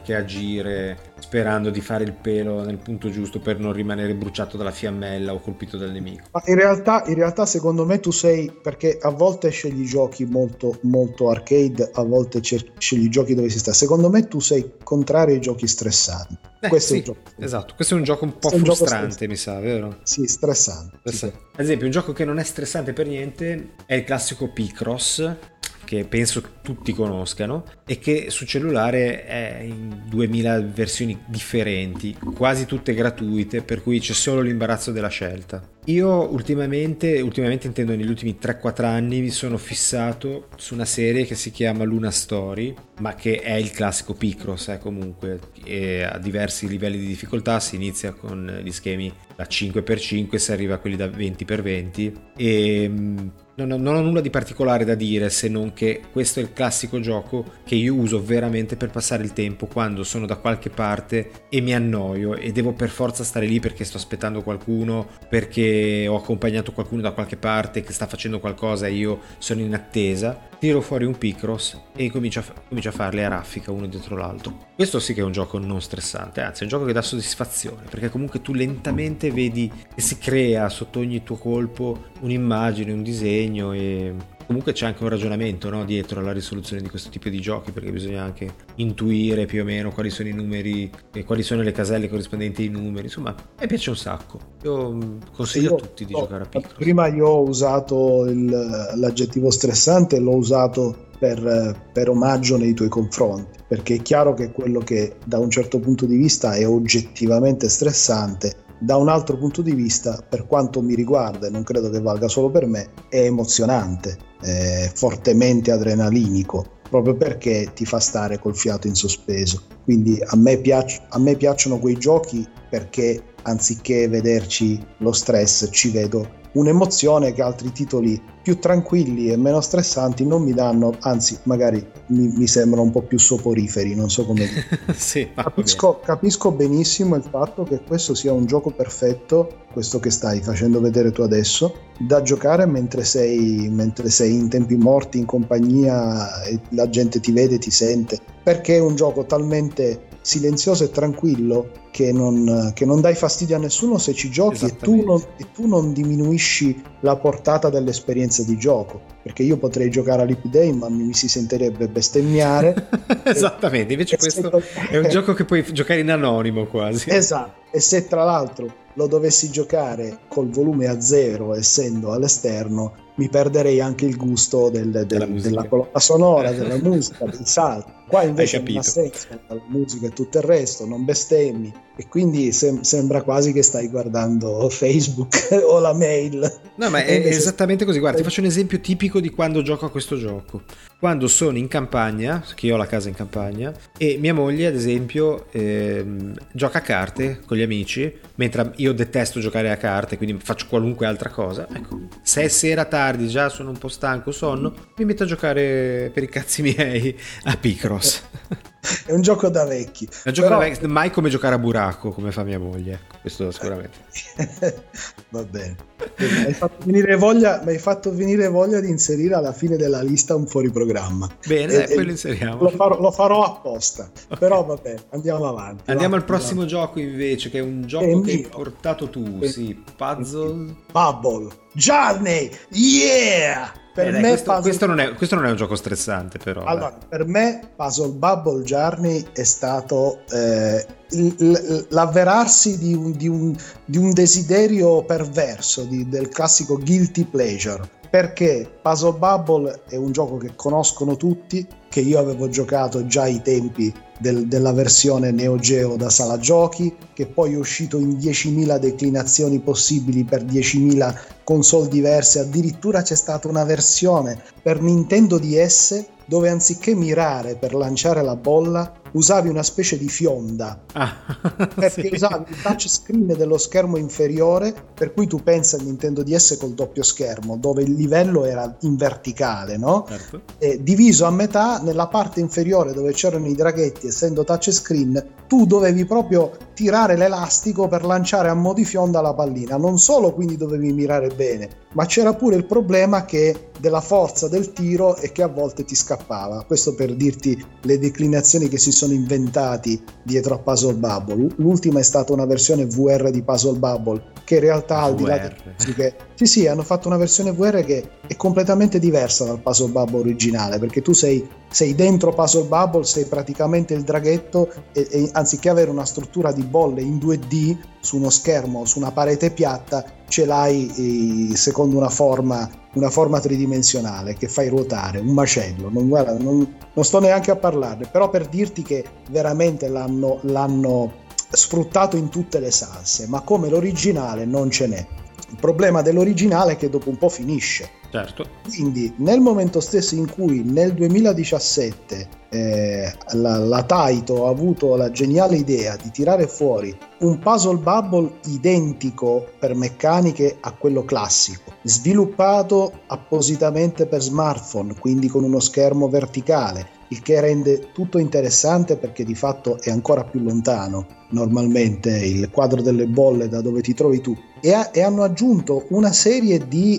agire sperando di fare il pelo nel punto giusto per non rimanere bruciato dalla fiammella o colpito dal nemico. Ma in realtà secondo me tu sei, perché a volte scegli giochi molto, molto arcade, a volte scegli giochi dove si sta. Secondo me tu sei contrario ai giochi stressanti. Questo è un gioco. Esatto, questo è un gioco un po' frustrante, mi sa, vero? Sì, stressante. Sì. Ad esempio, un gioco che non è stressante per niente è il classico Picross, che penso tutti conoscano, e che su cellulare è in 2000 versioni differenti, quasi tutte gratuite, per cui c'è solo l'imbarazzo della scelta. Io ultimamente intendo negli ultimi 3-4 anni, mi sono fissato su una serie che si chiama Luna Story, ma che è il classico Picross, comunque, e a diversi livelli di difficoltà. Si inizia con gli schemi da 5x5, si arriva a quelli da 20x20 e non ho nulla di particolare da dire, se non che questo è il classico gioco che io uso veramente per passare il tempo quando sono da qualche parte e mi annoio e devo per forza stare lì perché sto aspettando qualcuno, perché ho accompagnato qualcuno da qualche parte che sta facendo qualcosa e io sono in attesa. Tiro fuori un Picross e comincio a farle a raffica uno dietro l'altro. Questo sì che è un gioco non stressante, anzi è un gioco che dà soddisfazione, perché comunque tu lentamente vedi che si crea sotto ogni tuo colpo un'immagine, un disegno, e comunque c'è anche un ragionamento, no, dietro alla risoluzione di questo tipo di giochi, perché bisogna anche intuire più o meno quali sono i numeri e quali sono le caselle corrispondenti ai numeri. Insomma, a me piace un sacco. Io consiglio a tutti di giocare a Picross. Prima io ho usato l'aggettivo stressante, l'ho usato per omaggio nei tuoi confronti, perché è chiaro che quello che da un certo punto di vista è oggettivamente stressante, da un altro punto di vista, per quanto mi riguarda, e non credo che valga solo per me, è emozionante, è fortemente adrenalinico, proprio perché ti fa stare col fiato in sospeso. Quindi a me piacciono quei giochi perché anziché vederci lo stress ci vedo un'emozione che altri titoli più tranquilli e meno stressanti non mi danno, anzi magari mi sembrano un po' più soporiferi, non so come dire. Sì, capisco benissimo il fatto che questo sia un gioco perfetto, questo che stai facendo vedere tu adesso, da giocare mentre sei in tempi morti, in compagnia, e la gente ti vede, ti sente, perché è un gioco talmente silenzioso e tranquillo che non dai fastidio a nessuno se ci giochi, e tu non diminuisci la portata dell'esperienza di gioco, perché io potrei giocare a Leap Day ma mi si sentirebbe bestemmiare. Esattamente, invece questo è un gioco che puoi giocare in anonimo quasi. Esatto, e se tra l'altro lo dovessi giocare col volume a zero, essendo all'esterno, mi perderei anche il gusto della colonna sonora, della musica, del salto. Qua invece non ha senso, la musica e tutto il resto, non bestemmi, e quindi sembra quasi che stai guardando Facebook o la mail. No, ma è esattamente così. Guarda, ti faccio un esempio tipico di quando gioco a questo gioco. Quando sono in campagna, che io ho la casa in campagna, e mia moglie ad esempio gioca a carte con gli amici, mentre io detesto giocare a carte, quindi faccio qualunque altra cosa. Ecco, se è sera tardi, già sono un po' stanco, sonno, mi metto a giocare per i cazzi miei a Picross. È un gioco da vecchi. È un gioco da vecchi, mai come giocare a buracco, come fa mia moglie, questo sicuramente. Va bene. Mi hai fatto venire voglia di inserire alla fine della lista un fuori programma. Bene, poi lo inseriamo. Lo farò apposta. Okay. Però vabbè, andiamo avanti. Andiamo al prossimo gioco invece, che è un gioco che hai portato tu, sì, Puzzle Bubble Journey, yeah! Per me questo non è un gioco stressante, però. Allora, per me Puzzle Bubble Journey è stato l'avverarsi di un desiderio perverso, del classico guilty pleasure, perché Puzzle Bubble è un gioco che conoscono tutti, che io avevo giocato già ai tempi della versione Neo Geo da sala giochi, che poi è uscito in 10.000 declinazioni possibili per 10.000 console diverse. Addirittura c'è stata una versione per Nintendo DS dove anziché mirare per lanciare la bolla usavi una specie di fionda, perché sì, usavi il touchscreen dello schermo inferiore, per cui tu pensa al Nintendo DS col doppio schermo dove il livello era in verticale, no? Certo. Diviso a metà, nella parte inferiore dove c'erano i draghetti, essendo touchscreen, tu dovevi proprio tirare l'elastico per lanciare a mo' di fionda la pallina. Non solo quindi dovevi mirare bene, ma c'era pure il problema della forza del tiro e che a volte ti scappava. Questo per dirti le declinazioni che si sono inventati dietro a Puzzle Bubble. L'ultima è stata una versione VR di Puzzle Bubble che in realtà al di là sì, hanno fatto una versione VR che è completamente diversa dal Puzzle Bubble originale, perché tu sei dentro Puzzle Bubble, sei praticamente il draghetto e anziché avere una struttura di bolle in 2D su uno schermo, su una parete piatta, ce l'hai secondo una forma tridimensionale che fai ruotare, un macello. Non sto neanche a parlarne, però per dirti che veramente l'hanno sfruttato in tutte le salse, ma come l'originale non ce n'è. Il problema dell'originale è che dopo un po' finisce. Certo. Quindi nel momento stesso in cui nel 2017 la Taito ha avuto la geniale idea di tirare fuori un Puzzle Bubble identico per meccaniche a quello classico, sviluppato appositamente per smartphone, quindi con uno schermo verticale, il che rende tutto interessante perché di fatto è ancora più lontano normalmente il quadro delle bolle da dove ti trovi tu, e hanno aggiunto una serie di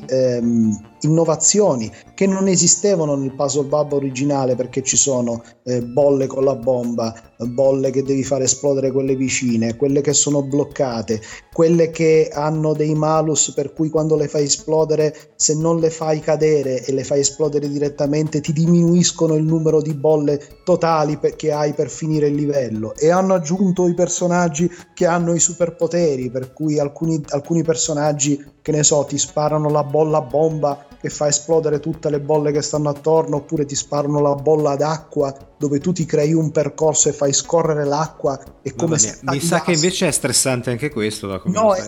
innovazioni che non esistevano nel Puzzle Bubble originale, perché ci sono bolle con la bomba, bolle che devi fare esplodere quelle vicine, quelle che sono bloccate, quelle che hanno dei malus per cui quando le fai esplodere, se non le fai cadere e le fai esplodere direttamente, ti diminuiscono il numero di bolle totali che hai per finire il livello. E hanno aggiunto i personaggi che hanno i superpoteri, per cui alcuni personaggi, che ne so, ti sparano la bolla bomba che fa esplodere tutte le bolle che stanno attorno, oppure ti sparano la bolla d'acqua dove tu ti crei un percorso e fai scorrere l'acqua. E come mi sa che invece è stressante anche questo, da come no,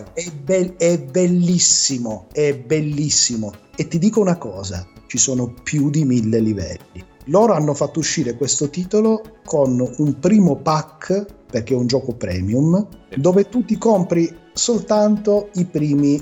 è bellissimo, è bellissimo. E ti dico una cosa, ci sono più di 1000 livelli. Loro hanno fatto uscire questo titolo con un primo pack, perché è un gioco premium, dove tu ti compri soltanto i primi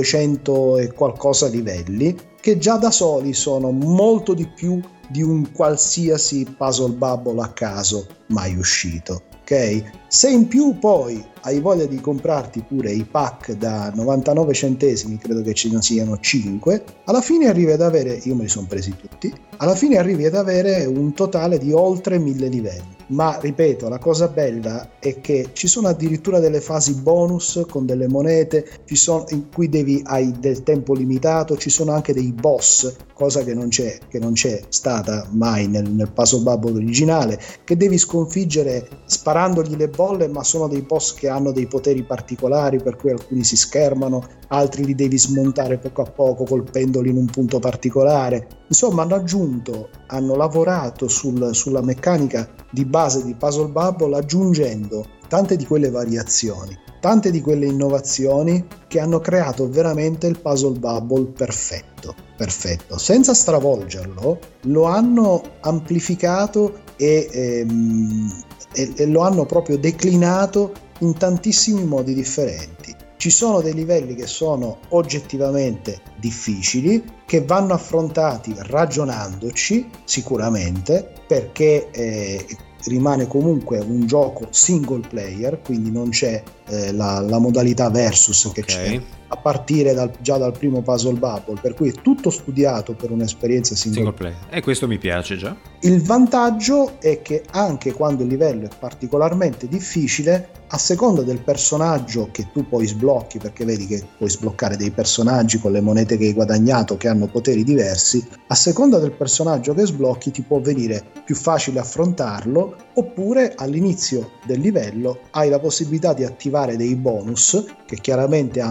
200 e qualcosa livelli, che già da soli sono molto di più di un qualsiasi Puzzle Bubble a caso mai uscito. Ok? Se in più poi hai voglia di comprarti pure i pack da 99 centesimi, credo che ce ne siano 5, alla fine arrivi ad avere, io me li sono presi tutti, alla fine arrivi ad avere un totale di oltre 1000 livelli. Ma ripeto, la cosa bella è che ci sono addirittura delle fasi bonus con delle monete, in cui hai del tempo limitato, ci sono anche dei boss, cosa che non c'è stata mai nel Puzzle Bubble originale, che devi sconfiggere sparandogli le bolle, ma sono dei boss che hanno dei poteri particolari, per cui alcuni si schermano, altri li devi smontare poco a poco colpendoli in un punto particolare. Insomma, hanno lavorato sulla meccanica di base di Puzzle Bubble, aggiungendo tante di quelle variazioni, tante di quelle innovazioni che hanno creato veramente il Puzzle Bubble perfetto, senza stravolgerlo. Lo hanno amplificato e lo hanno proprio declinato in tantissimi modi differenti. Ci sono dei livelli che sono oggettivamente difficili, che vanno affrontati ragionandoci sicuramente, perché rimane comunque un gioco single player, quindi non c'è la modalità versus che c'è a partire già dal primo Puzzle Bubble, per cui è tutto studiato per un'esperienza single player. E questo mi piace già. Il vantaggio è che anche quando il livello è particolarmente difficile, a seconda del personaggio che tu poi sblocchi, perché vedi che puoi sbloccare dei personaggi con le monete che hai guadagnato che hanno poteri diversi, a seconda del personaggio che sblocchi ti può venire più facile affrontarlo, oppure all'inizio del livello hai la possibilità di attivare dei bonus che chiaramente hanno un costo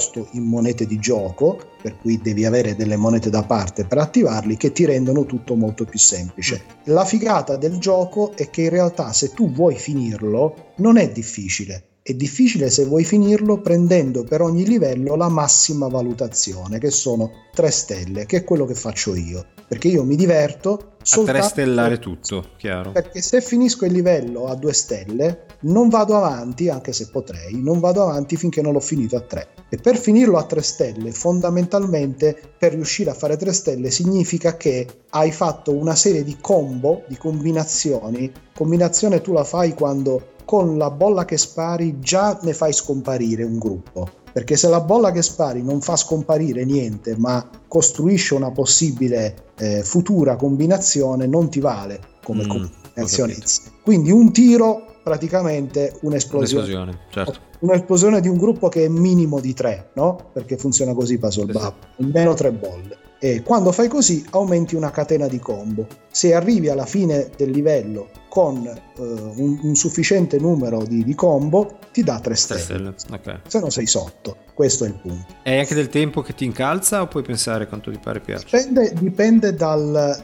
costo in monete di gioco, per cui devi avere delle monete da parte per attivarli, che ti rendono tutto molto più semplice. La figata del gioco è che in realtà, se tu vuoi finirlo, non è difficile. È difficile se vuoi finirlo prendendo per ogni livello la massima valutazione, che sono 3 stelle, che è quello che faccio io, perché io mi diverto a 3 stellare tutto, chiaro. Perché se finisco il livello a 2 stelle non vado avanti, anche se potrei, non vado avanti finché non l'ho finito a 3. E per finirlo a 3 stelle, fondamentalmente, per riuscire a fare 3 stelle significa che hai fatto una serie di combo, di combinazioni. Combinazione tu la fai quando con la bolla che spari già ne fai scomparire un gruppo, perché se la bolla che spari non fa scomparire niente ma costruisce una possibile futura combinazione, non ti vale come combinazione. Quindi un tiro, praticamente un'esplosione, certo. Un'esplosione di un gruppo che è minimo di 3, no? Perché funziona così Puzzle Bubble, almeno 3 bolle. E quando fai così aumenti una catena di combo. Se arrivi alla fine del livello con un sufficiente numero di combo, ti dà 3 stelle. Okay. Se no sei sotto. Questo è il punto. È anche del tempo che ti incalza o puoi pensare quanto ti pare piace? Dipende dal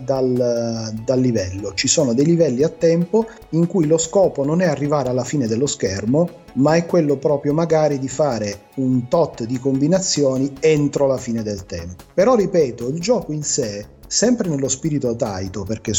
livello. Ci sono dei livelli a tempo in cui lo scopo non è arrivare alla fine dello schermo, ma è quello proprio magari di fare un tot di combinazioni entro la fine del tempo. Però ripeto, il gioco in sé, sempre nello spirito Taito, perché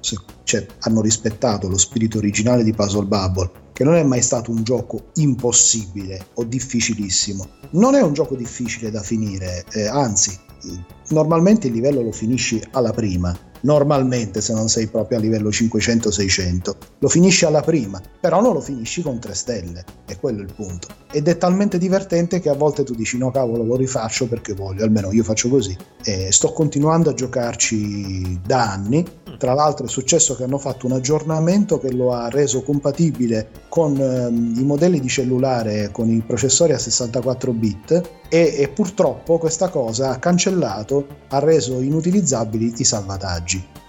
hanno rispettato lo spirito originale di Puzzle Bubble, che non è mai stato un gioco impossibile o difficilissimo. Non è un gioco difficile da finire, anzi, normalmente il livello lo finisci alla prima. Normalmente, se non sei proprio a livello 500-600, lo finisci alla prima, però non lo finisci con 3 stelle, e quello è il punto. Ed è talmente divertente che a volte tu dici no cavolo, lo rifaccio perché voglio, almeno io faccio così. E sto continuando a giocarci da anni. Tra l'altro è successo che hanno fatto un aggiornamento che lo ha reso compatibile con i modelli di cellulare con i processori a 64 bit e purtroppo questa cosa ha cancellato, ha reso inutilizzabili i salvataggi.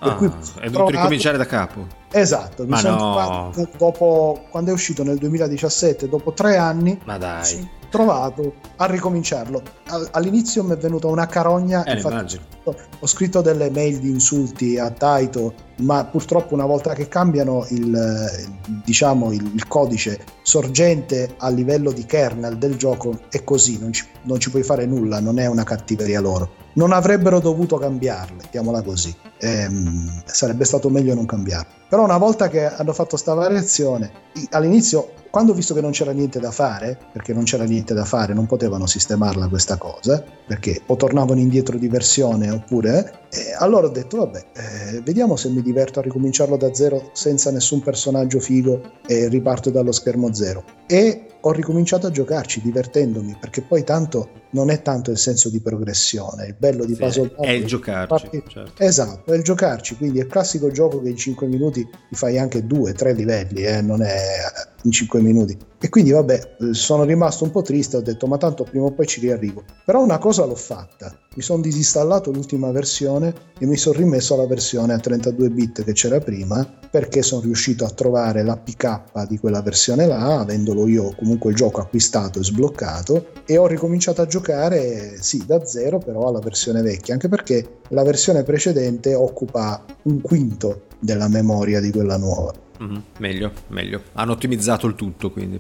È dovuto ricominciare da capo. Esatto, mi sono trovato dopo, quando è uscito nel 2017, dopo 3 anni, ma dai, sono trovato a ricominciarlo. All'inizio mi è venuta una carogna, infatti ho scritto delle mail di insulti a Taito, ma purtroppo una volta che cambiano il codice sorgente a livello di kernel del gioco è così, non ci puoi fare nulla, non è una cattiveria loro. Non avrebbero dovuto cambiarle, mettiamola così. Sarebbe stato meglio non cambiarle. Però una volta che hanno fatto sta variazione, all'inizio, quando ho visto che non c'era niente da fare, perché non c'era niente da fare, non potevano sistemarla questa cosa, perché o tornavano indietro di versione oppure... allora ho detto vabbè, vediamo se mi diverto a ricominciarlo da zero senza nessun personaggio figo e riparto dallo schermo zero. E ho ricominciato a giocarci divertendomi, perché poi tanto non è tanto il senso di progressione, il bello di Puzzle Bubble è il giocarci, certo. Esatto, è il giocarci, quindi è il classico gioco che in 5 minuti ti fai anche 2-3 livelli, non è in 5 minuti. E quindi vabbè, sono rimasto un po' triste, ho detto ma tanto prima o poi ci riarrivo. Però una cosa l'ho fatta, mi sono disinstallato l'ultima versione e mi sono rimesso alla versione a 32 bit che c'era prima, perché sono riuscito a trovare l'APK di quella versione là, avendolo io comunque il gioco acquistato e sbloccato, e ho ricominciato a giocare sì da zero, però alla versione vecchia, anche perché la versione precedente occupa 1/5 della memoria di quella nuova. Meglio, hanno ottimizzato il tutto, quindi.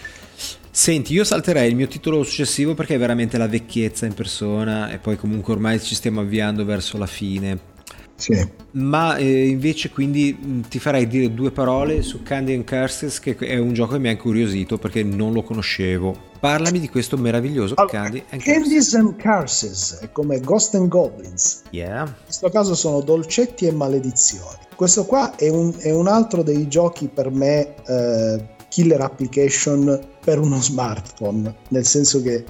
Senti, io salterei il mio titolo successivo perché è veramente la vecchiezza in persona e poi comunque ormai ci stiamo avviando verso la fine. Sì. Ma invece quindi ti farei dire 2 parole su Candy and Curses, che è un gioco che mi ha incuriosito perché non lo conoscevo. Parlami di questo meraviglioso Candy and Curses. Candies and Curses è come Ghost and Goblins. Yeah. In questo caso sono dolcetti e maledizioni. Questo qua è un altro dei giochi per me killer application per uno smartphone, nel senso che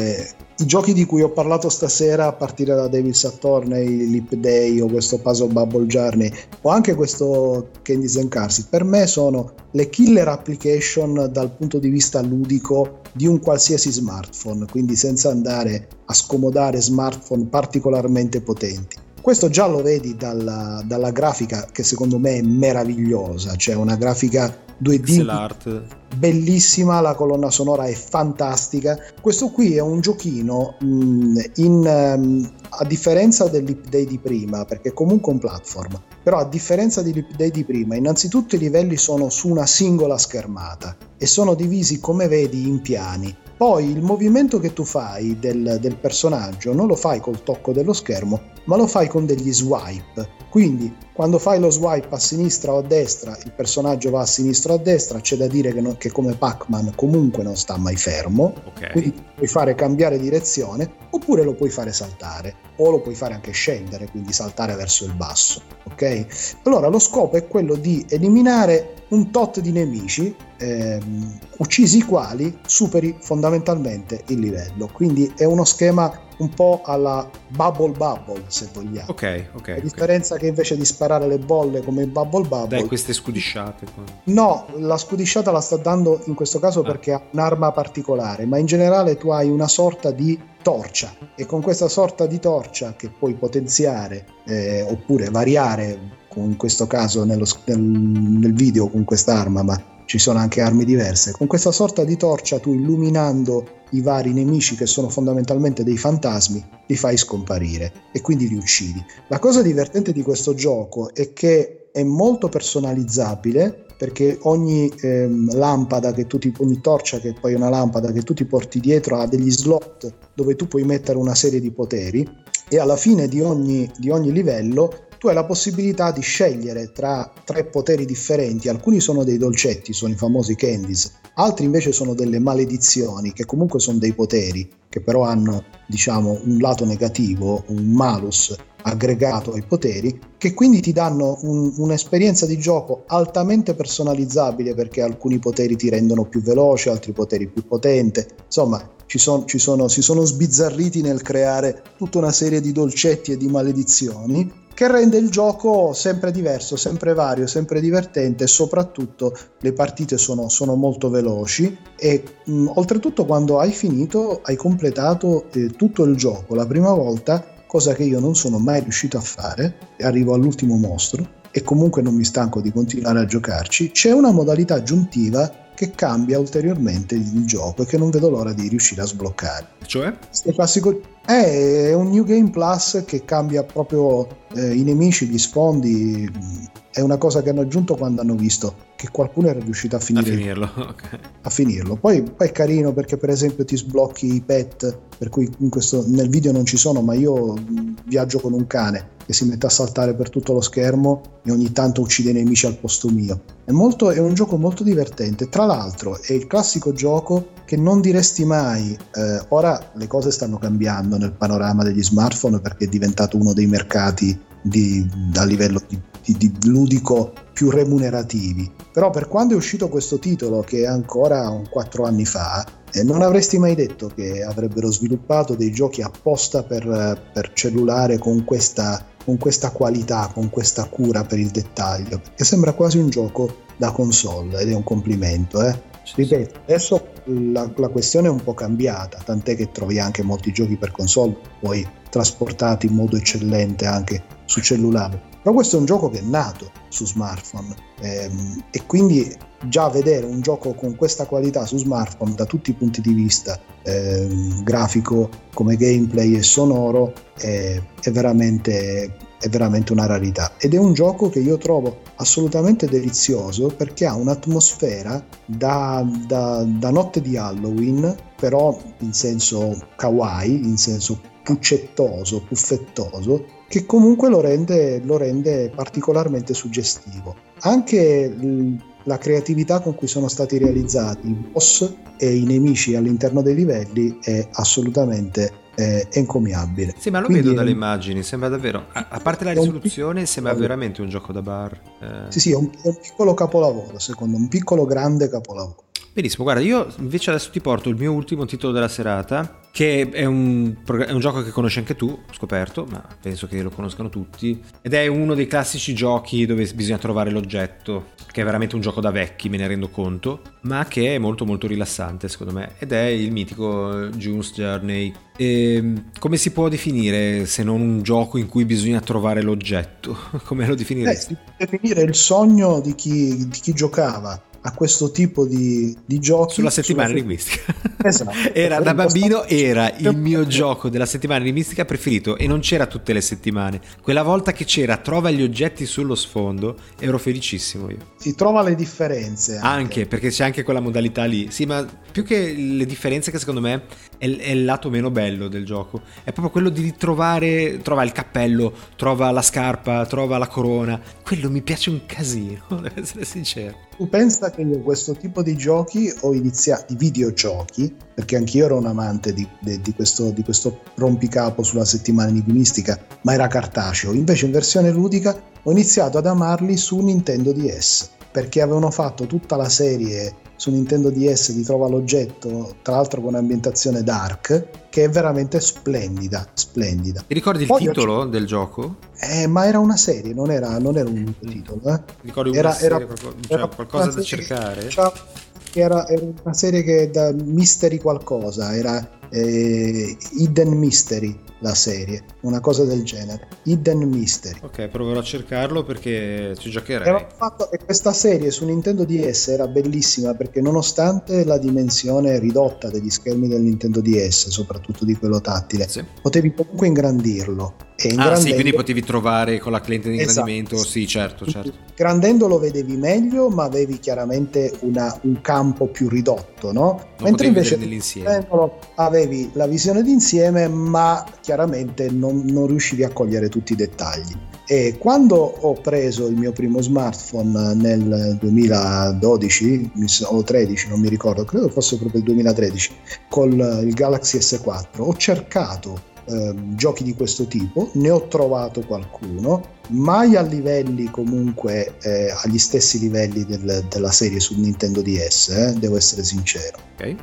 i giochi di cui ho parlato stasera, a partire da Devil's Attorney, Leap Day o questo Puzzle Bubble Journey o anche questo Candies and Curses, per me sono le killer application dal punto di vista ludico di un qualsiasi smartphone, quindi senza andare a scomodare smartphone particolarmente potenti. Questo già lo vedi dalla grafica, che secondo me è meravigliosa, cioè una grafica 2D, pixel art. Bellissima, la colonna sonora è fantastica. Questo qui è un giochino a differenza dell'Hip Day di prima, perché è comunque un platform, però a differenza dell'Hip Day di prima, innanzitutto i livelli sono su una singola schermata e sono divisi, come vedi, in piani. Poi il movimento che tu fai del personaggio non lo fai col tocco dello schermo, ma lo fai con degli swipe. Quindi quando fai lo swipe a sinistra o a destra, il personaggio va a sinistra o a destra. C'è da dire che come Pac-Man comunque non sta mai fermo, okay. Quindi puoi fare cambiare direzione, oppure lo puoi fare saltare, o lo puoi fare anche scendere, quindi saltare verso il basso, ok? Allora lo scopo è quello di eliminare un tot di nemici, uccisi i quali superi fondamentalmente il livello. Quindi è uno schema un po' alla Bubble, se vogliamo. Ok. La differenza che invece di sparare le bolle come il Bubble dai queste scudisciate qua. No, la scudisciata la sta dando in questo caso perché ha un'arma particolare, ma in generale tu hai una sorta di torcia, e con questa sorta di torcia, che puoi potenziare oppure variare, in questo caso nel video con quest'arma, ma ci sono anche armi diverse, con questa sorta di torcia tu, illuminando i vari nemici, che sono fondamentalmente dei fantasmi, li fai scomparire e quindi li uccidi. La cosa divertente di questo gioco è che è molto personalizzabile, perché ogni lampada che ogni torcia, che poi è una lampada che tu ti porti dietro, ha degli slot dove tu puoi mettere una serie di poteri, e alla fine di ogni livello tu hai la possibilità di scegliere tra 3 poteri differenti. Alcuni sono dei dolcetti, sono i famosi candies, altri invece sono delle maledizioni, che comunque sono dei poteri, che però hanno, diciamo, un lato negativo, un malus aggregato ai poteri, che quindi ti danno un'esperienza di gioco altamente personalizzabile, perché alcuni poteri ti rendono più veloce, altri poteri più potente. Insomma, si sono sbizzarriti nel creare tutta una serie di dolcetti e di maledizioni, che rende il gioco sempre diverso, sempre vario, sempre divertente, e soprattutto le partite sono molto veloci. E oltretutto, quando hai finito, hai completato tutto il gioco la prima volta, cosa che io non sono mai riuscito a fare. Arrivo all'ultimo mostro e comunque non mi stanco di continuare a giocarci. C'è una modalità aggiuntiva che cambia ulteriormente il gioco e che non vedo l'ora di riuscire a sbloccare. Cioè? È un New Game Plus che cambia proprio i nemici, gli sfondi. È una cosa che hanno aggiunto quando hanno visto che qualcuno era riuscito a finirlo. Okay. A finirlo. Poi è carino, perché per esempio ti sblocchi i pet, per cui nel video non ci sono, ma io viaggio con un cane che si mette a saltare per tutto lo schermo e ogni tanto uccide i nemici al posto mio. È un gioco molto divertente. Tra l'altro è il classico gioco che non diresti mai. Ora le cose stanno cambiando nel panorama degli smartphone, perché è diventato uno dei mercati a livello di ludico più remunerativi. Però per quando è uscito questo titolo, che è ancora 4 anni fa, non avresti mai detto che avrebbero sviluppato dei giochi apposta per cellulare con questa qualità, con questa cura per il dettaglio, perché sembra quasi un gioco da console, ed è un complimento. Ripeto, adesso la questione è un po' cambiata, tant'è che trovi anche molti giochi per console poi trasportati in modo eccellente anche su cellulare, però questo è un gioco che è nato su smartphone, e quindi già vedere un gioco con questa qualità su smartphone da tutti i punti di vista, grafico, come gameplay e sonoro, è veramente una rarità, ed è un gioco che io trovo assolutamente delizioso, perché ha un'atmosfera da notte di Halloween, però in senso kawaii, in senso puccettoso, puffettoso, che comunque lo rende particolarmente suggestivo. Anche la creatività con cui sono stati realizzati i boss e i nemici all'interno dei livelli è assolutamente encomiabile. Sì, ma lo vedo dalle immagini, sembra davvero, a parte la risoluzione, sembra veramente un gioco da bar. Sì, è un piccolo capolavoro, secondo me, un piccolo grande capolavoro. Benissimo, guarda, io invece adesso ti porto il mio ultimo titolo della serata, che è un gioco che conosci anche tu, ho scoperto, ma penso che lo conoscano tutti, ed è uno dei classici giochi dove bisogna trovare l'oggetto, che è veramente un gioco da vecchi, me ne rendo conto, ma che è molto molto rilassante secondo me, ed è il mitico June's Journey. Come si può definire se non un gioco in cui bisogna trovare l'oggetto? Come lo definiresti? Si può definire il sogno di chi giocava a questo tipo di giochi sulla settimana enigmistica. Esatto. Era da bambino, era il mio gioco della settimana enigmistica preferito, e non c'era tutte le settimane. Quella volta che c'era trova gli oggetti sullo sfondo, ero felicissimo io. Si trova le differenze anche perché c'è anche quella modalità lì. Sì, ma più che le differenze, che secondo me è il lato meno bello del gioco, è proprio quello di ritrovare, trova il cappello, trova la scarpa, trova la corona. Quello mi piace un casino, devo essere sincero. Tu pensa che io questo tipo di giochi ho iniziato, di videogiochi, perché anch'io ero un amante di questo rompicapo sulla settimana enigmistica, ma era cartaceo. Invece in versione ludica ho iniziato ad amarli su Nintendo DS, perché avevano fatto tutta la serie su Nintendo DS di Trova l'oggetto, tra l'altro con ambientazione dark, che è veramente splendida. Ti ricordi il titolo del gioco? Ma era una serie, non era un unico titolo. Ti ricordi una serie, qualcosa da cercare? Era una serie che da Mystery qualcosa, era Hidden Mystery la serie, una cosa del genere, Hidden Mystery. Ok, proverò a cercarlo perché ci giocherei. Era fatto che questa serie su Nintendo DS era bellissima, perché nonostante la dimensione ridotta degli schermi del Nintendo DS, soprattutto di quello tattile, sì, potevi comunque ingrandirlo. Sì, quindi potevi trovare con la lente di ingrandimento. Esatto. Sì, certo. Grandendolo vedevi meglio, ma avevi chiaramente un campo più ridotto, no? Mentre invece avevi la visione d'insieme, ma chiaramente non riuscivi a cogliere tutti i dettagli. E quando ho preso il mio primo smartphone nel 2012 o 13, non mi ricordo, credo fosse proprio il 2013, con il Galaxy S4, ho cercato giochi di questo tipo, ne ho trovato qualcuno, mai a livelli comunque agli stessi livelli della serie su Nintendo DS, devo essere sincero. Okay.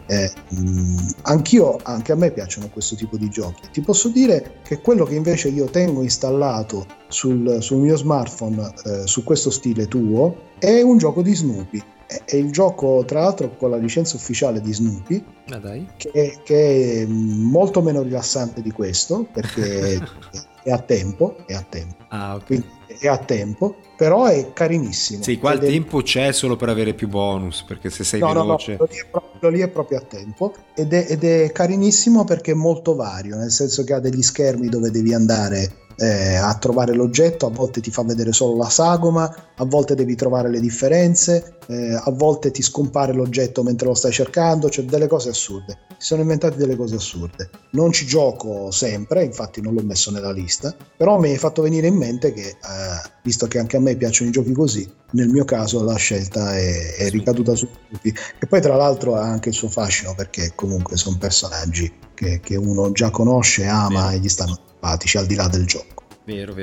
Anche a me piacciono questo tipo di giochi. Ti posso dire che quello che invece io tengo installato sul mio smartphone su questo stile tuo è un gioco di Snoopy. È il gioco, tra l'altro, con la licenza ufficiale di Snoopy, che è molto meno rilassante di questo, perché è a tempo. Ah, ok. Quindi è a tempo, però è carinissimo. Sì, qua il tempo c'è solo per avere più bonus, perché se sei veloce... No, quello lì è proprio a tempo, ed è carinissimo perché è molto vario, nel senso che ha degli schermi dove devi andare a trovare l'oggetto, a volte ti fa vedere solo la sagoma, a volte devi trovare le differenze, a volte ti scompare l'oggetto mentre lo stai cercando, cioè delle cose assurde. Si sono inventati delle cose assurde. Non ci gioco sempre, infatti non l'ho messo nella lista, però mi hai fatto venire in mente che visto che anche a me piacciono i giochi così, nel mio caso la scelta è ricaduta su tutti, e poi tra l'altro ha anche il suo fascino, perché comunque sono personaggi che uno già conosce, ama, e gli stanno simpatici al di là del gioco. Vero.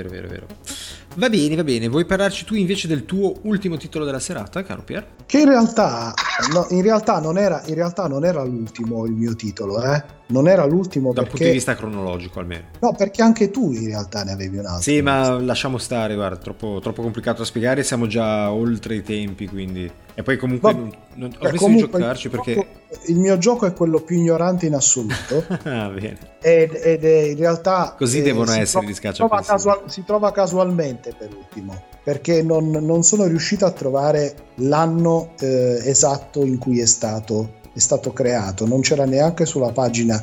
Va bene. Vuoi parlarci tu invece del tuo ultimo titolo della serata, caro Pier? Che in realtà non era l'ultimo il mio titolo, non era l'ultimo dal punto di vista cronologico almeno. No, perché anche tu in realtà ne avevi un altro. Sì, ma lasciamo stare, guarda, troppo complicato da spiegare, siamo già oltre i tempi, quindi... E poi comunque non ho visto di giocarci perché... Il mio gioco è quello più ignorante in assoluto. Ah, bene. Ed è in realtà... Così devono essere gli scacciapensieri. Si trova casualmente per ultimo, perché non sono riuscito a trovare l'anno esatto in cui è stato creato, non c'era neanche sulla pagina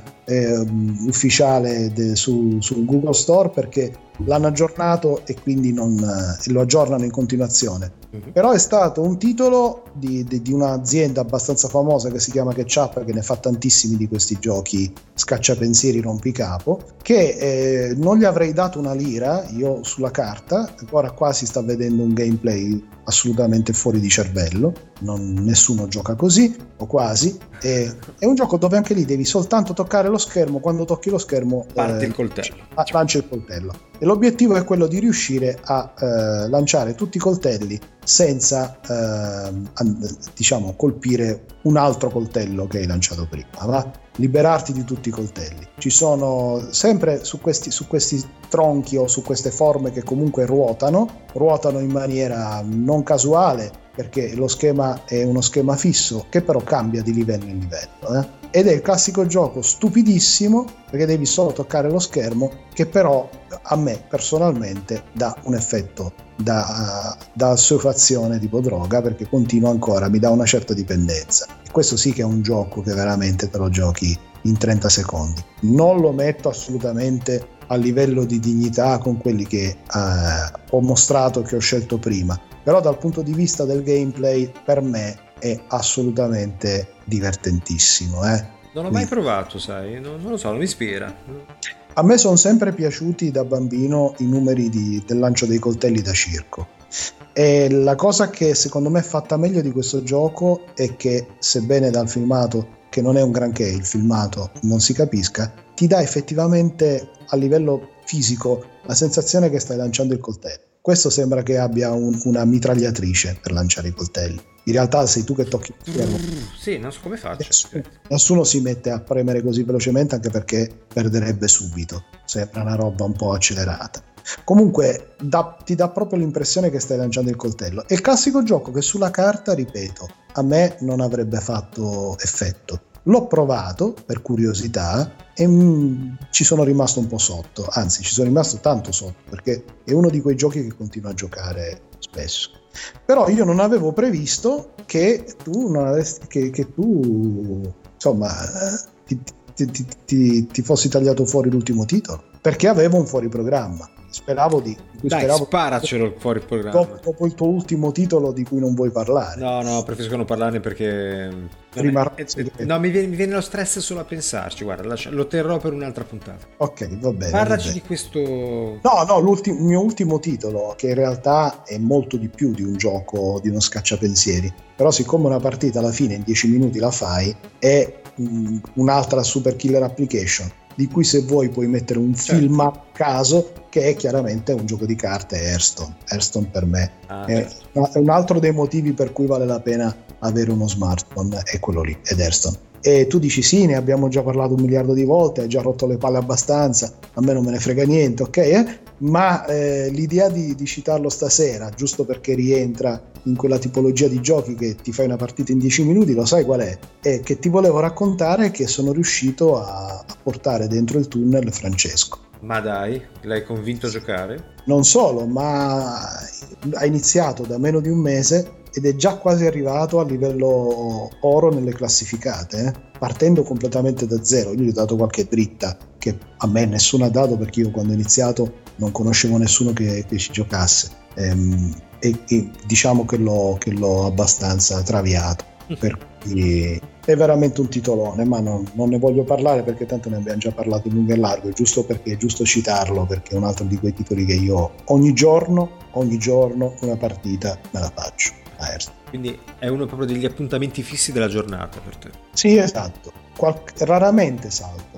ufficiale sul Google Store, perché l'hanno aggiornato e quindi lo aggiornano in continuazione. Però è stato un titolo di un'azienda abbastanza famosa che si chiama Ketchup, che ne fa tantissimi di questi giochi scacciapensieri rompicapo, che non gli avrei dato una lira io sulla carta. Ora qua si sta vedendo un gameplay assolutamente fuori di cervello, nessuno gioca così o quasi. È un gioco dove anche lì devi soltanto toccare lo schermo, quando tocchi lo schermo parte il coltello, lancia il coltello, e l'obiettivo è quello di riuscire a lanciare tutti i coltelli senza colpire un altro coltello che hai lanciato prima, liberarti di tutti i coltelli. Ci sono sempre su questi tronchi o su queste forme che comunque ruotano in maniera non casuale, perché lo schema è uno schema fisso che però cambia di livello in livello, ed è il classico gioco stupidissimo perché devi solo toccare lo schermo, che però a me personalmente dà un effetto da assuefazione tipo droga, perché continuo ancora, mi dà una certa dipendenza. E questo sì che è un gioco che veramente te lo giochi in 30 secondi. Non lo metto assolutamente a livello di dignità con quelli che ho mostrato, che ho scelto prima, però dal punto di vista del gameplay per me è assolutamente divertentissimo. Non l'ho mai provato, sai, non lo so, non mi ispira. A me sono sempre piaciuti da bambino i numeri del lancio dei coltelli da circo, e la cosa che secondo me è fatta meglio di questo gioco è che, sebbene dal filmato, che non è un granché, il filmato non si capisca, ti dà effettivamente a livello fisico la sensazione che stai lanciando il coltello. Questo sembra che abbia una mitragliatrice per lanciare i coltelli. In realtà sei tu che tocchi il schermo. Sì, non so come faccio. Nessuno si mette a premere così velocemente, anche perché perderebbe subito. Sembra una roba un po' accelerata. Comunque ti dà proprio l'impressione che stai lanciando il coltello. È il classico gioco che sulla carta, ripeto, a me non avrebbe fatto effetto. L'ho provato per curiosità e ci sono rimasto un po' sotto, anzi ci sono rimasto tanto sotto, perché è uno di quei giochi che continuo a giocare spesso. Però io non avevo previsto che tu insomma ti fossi tagliato fuori l'ultimo titolo, perché avevo un fuori programma. Sparacelo fuori il programma. Dopo il tuo ultimo titolo di cui non vuoi parlare. No, preferisco non parlarne perché mi viene lo stress solo a pensarci. Guarda, lo terrò per un'altra puntata. Ok, va bene. Parlaci di questo. No, il mio ultimo titolo, che in realtà è molto di più di un gioco, di uno scacciapensieri, però siccome una partita alla fine in 10 minuti la fai, è un'altra super killer application, di cui se vuoi puoi mettere un film a caso, che è chiaramente un gioco di carte. Hearthstone per me è un altro dei motivi per cui vale la pena avere uno smartphone, è quello lì, ed Hearthstone. E tu dici sì, ne abbiamo già parlato 1 miliardo di volte, hai già rotto le palle abbastanza, a me non me ne frega niente, ok? Ma l'idea di citarlo stasera, giusto perché rientra in quella tipologia di giochi che ti fai una partita in 10 minuti, lo sai qual è? È che ti volevo raccontare che sono riuscito a portare dentro il tunnel Francesco. Ma dai, l'hai convinto a giocare? Non solo, ma ha iniziato da meno di un mese ed è già quasi arrivato a livello oro nelle classificate, partendo completamente da zero. Io gli ho dato qualche dritta che a me nessuno ha dato, perché io quando ho iniziato non conoscevo nessuno che ci giocasse, e diciamo che l'ho abbastanza traviato, per cui è veramente un titolone, ma non ne voglio parlare perché tanto ne abbiamo già parlato in lungo e largo, giusto perché è giusto citarlo, perché è un altro di quei titoli che io ogni giorno una partita me la faccio. Quindi è uno proprio degli appuntamenti fissi della giornata per te. Sì, esatto. Raramente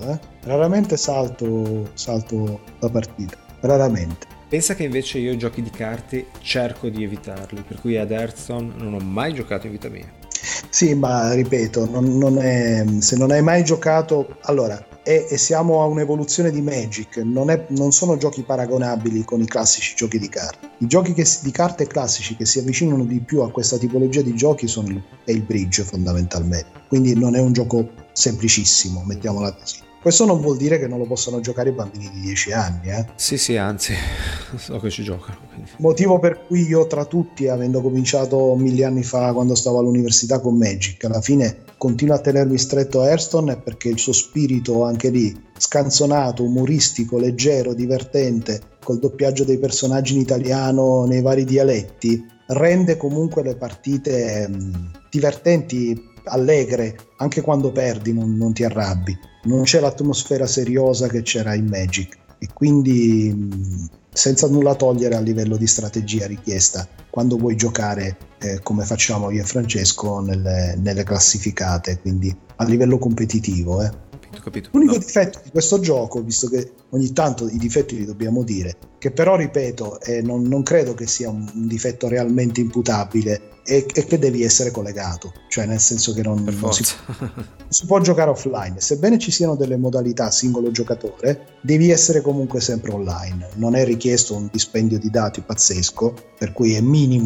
salto la partita, raramente. Pensa che invece io giochi di carte cerco di evitarli, per cui ad Hearthstone non ho mai giocato in vita mia. Sì, ma ripeto, non è, se non hai mai giocato, allora, e siamo a un'evoluzione di Magic, non sono giochi paragonabili con i classici giochi di carte. I giochi di carte classici che si avvicinano di più a questa tipologia di giochi è il bridge, fondamentalmente. Quindi non è un gioco semplicissimo, mettiamola così. Questo non vuol dire che non lo possano giocare i bambini di 10 anni. Sì, anzi, so che ci giocano. Quindi. Motivo per cui io, tra tutti, avendo cominciato 1000 anni fa quando stavo all'università con Magic, alla fine continuo a tenermi stretto a Hearthstone, è perché il suo spirito, anche lì, scanzonato, umoristico, leggero, divertente, col doppiaggio dei personaggi in italiano nei vari dialetti, rende comunque le partite divertenti, allegre. Anche quando perdi non ti arrabbi, non c'è l'atmosfera seriosa che c'era in Magic, e quindi senza nulla togliere a livello di strategia richiesta quando vuoi giocare come facciamo io e Francesco nelle classificate, quindi a livello competitivo. Capito. L'unico difetto di questo gioco, visto che ogni tanto i difetti li dobbiamo dire, che però ripeto non credo che sia un difetto realmente imputabile, è che devi essere collegato, cioè nel senso che non si può giocare offline. Sebbene ci siano delle modalità singolo giocatore, devi essere comunque sempre online, non è richiesto un dispendio di dati pazzesco, per cui è minimo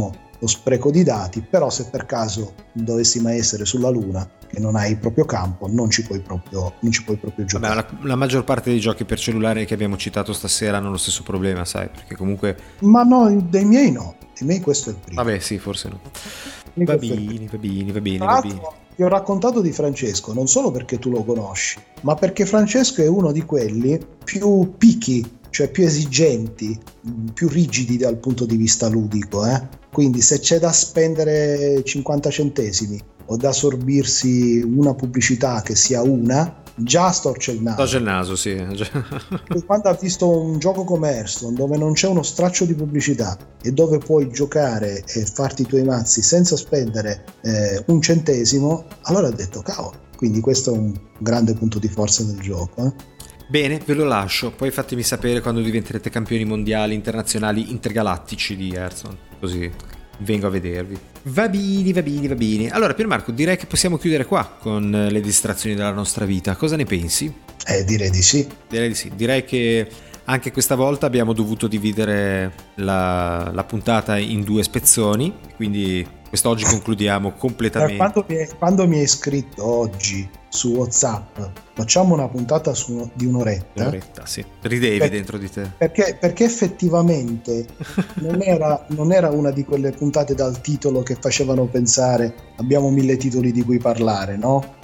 lo spreco di dati, però se per caso dovessi mai essere sulla Luna e non hai il proprio campo, non ci puoi proprio giocare. Vabbè, la maggior parte dei giochi per cellulare che abbiamo citato stasera hanno lo stesso problema, sai, perché comunque... Ma no, dei miei no, dei miei questo è il primo. Vabbè, sì, forse no. Va bene. Ti ho raccontato di Francesco non solo perché tu lo conosci, ma perché Francesco è uno di quelli più picky, cioè più esigenti, più rigidi dal punto di vista ludico, Quindi se c'è da spendere 50 centesimi o da sorbirsi una pubblicità che sia una, già storce il naso. Storce il naso, sì. Quando ha visto un gioco come Hearthstone dove non c'è uno straccio di pubblicità e dove puoi giocare e farti i tuoi mazzi senza spendere un centesimo, allora ha detto cavolo, quindi questo è un grande punto di forza del gioco. Bene, ve lo lascio, poi fatemi sapere quando diventerete campioni mondiali, internazionali, intergalattici di Hearthstone, così vengo a vedervi. Va bene. Allora Piermarco, direi che possiamo chiudere qua con le distrazioni della nostra vita. Cosa ne pensi? Direi di sì. Direi che anche questa volta abbiamo dovuto dividere la puntata in 2 spezzoni, quindi quest'oggi concludiamo completamente. Quando mi hai scritto oggi su WhatsApp facciamo una puntata di un'oretta, sì. Ridevi dentro di te perché effettivamente non era una di quelle puntate dal titolo che facevano pensare abbiamo 1000 titoli di cui parlare, no?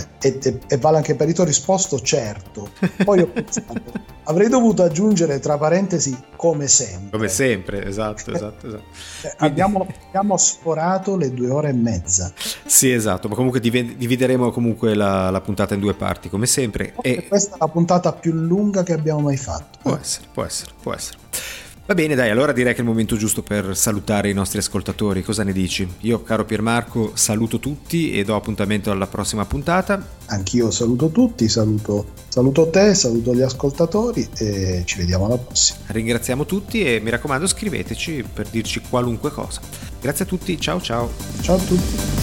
E vale anche per il tuo risposto, certo. Poi ho pensato avrei dovuto aggiungere tra parentesi come sempre, esatto. Abbiamo sforato le 2 ore e mezza. Sì, esatto, ma comunque divideremo comunque la puntata in 2 parti come sempre, e questa è la puntata più lunga che abbiamo mai fatto. Può essere. Va bene, dai, allora direi che è il momento giusto per salutare i nostri ascoltatori. Cosa ne dici? Io, caro Piermarco, saluto tutti e do appuntamento alla prossima puntata. Anch'io saluto tutti, saluto te, saluto gli ascoltatori e ci vediamo alla prossima. Ringraziamo tutti e mi raccomando scriveteci per dirci qualunque cosa. Grazie a tutti, ciao. Ciao a tutti.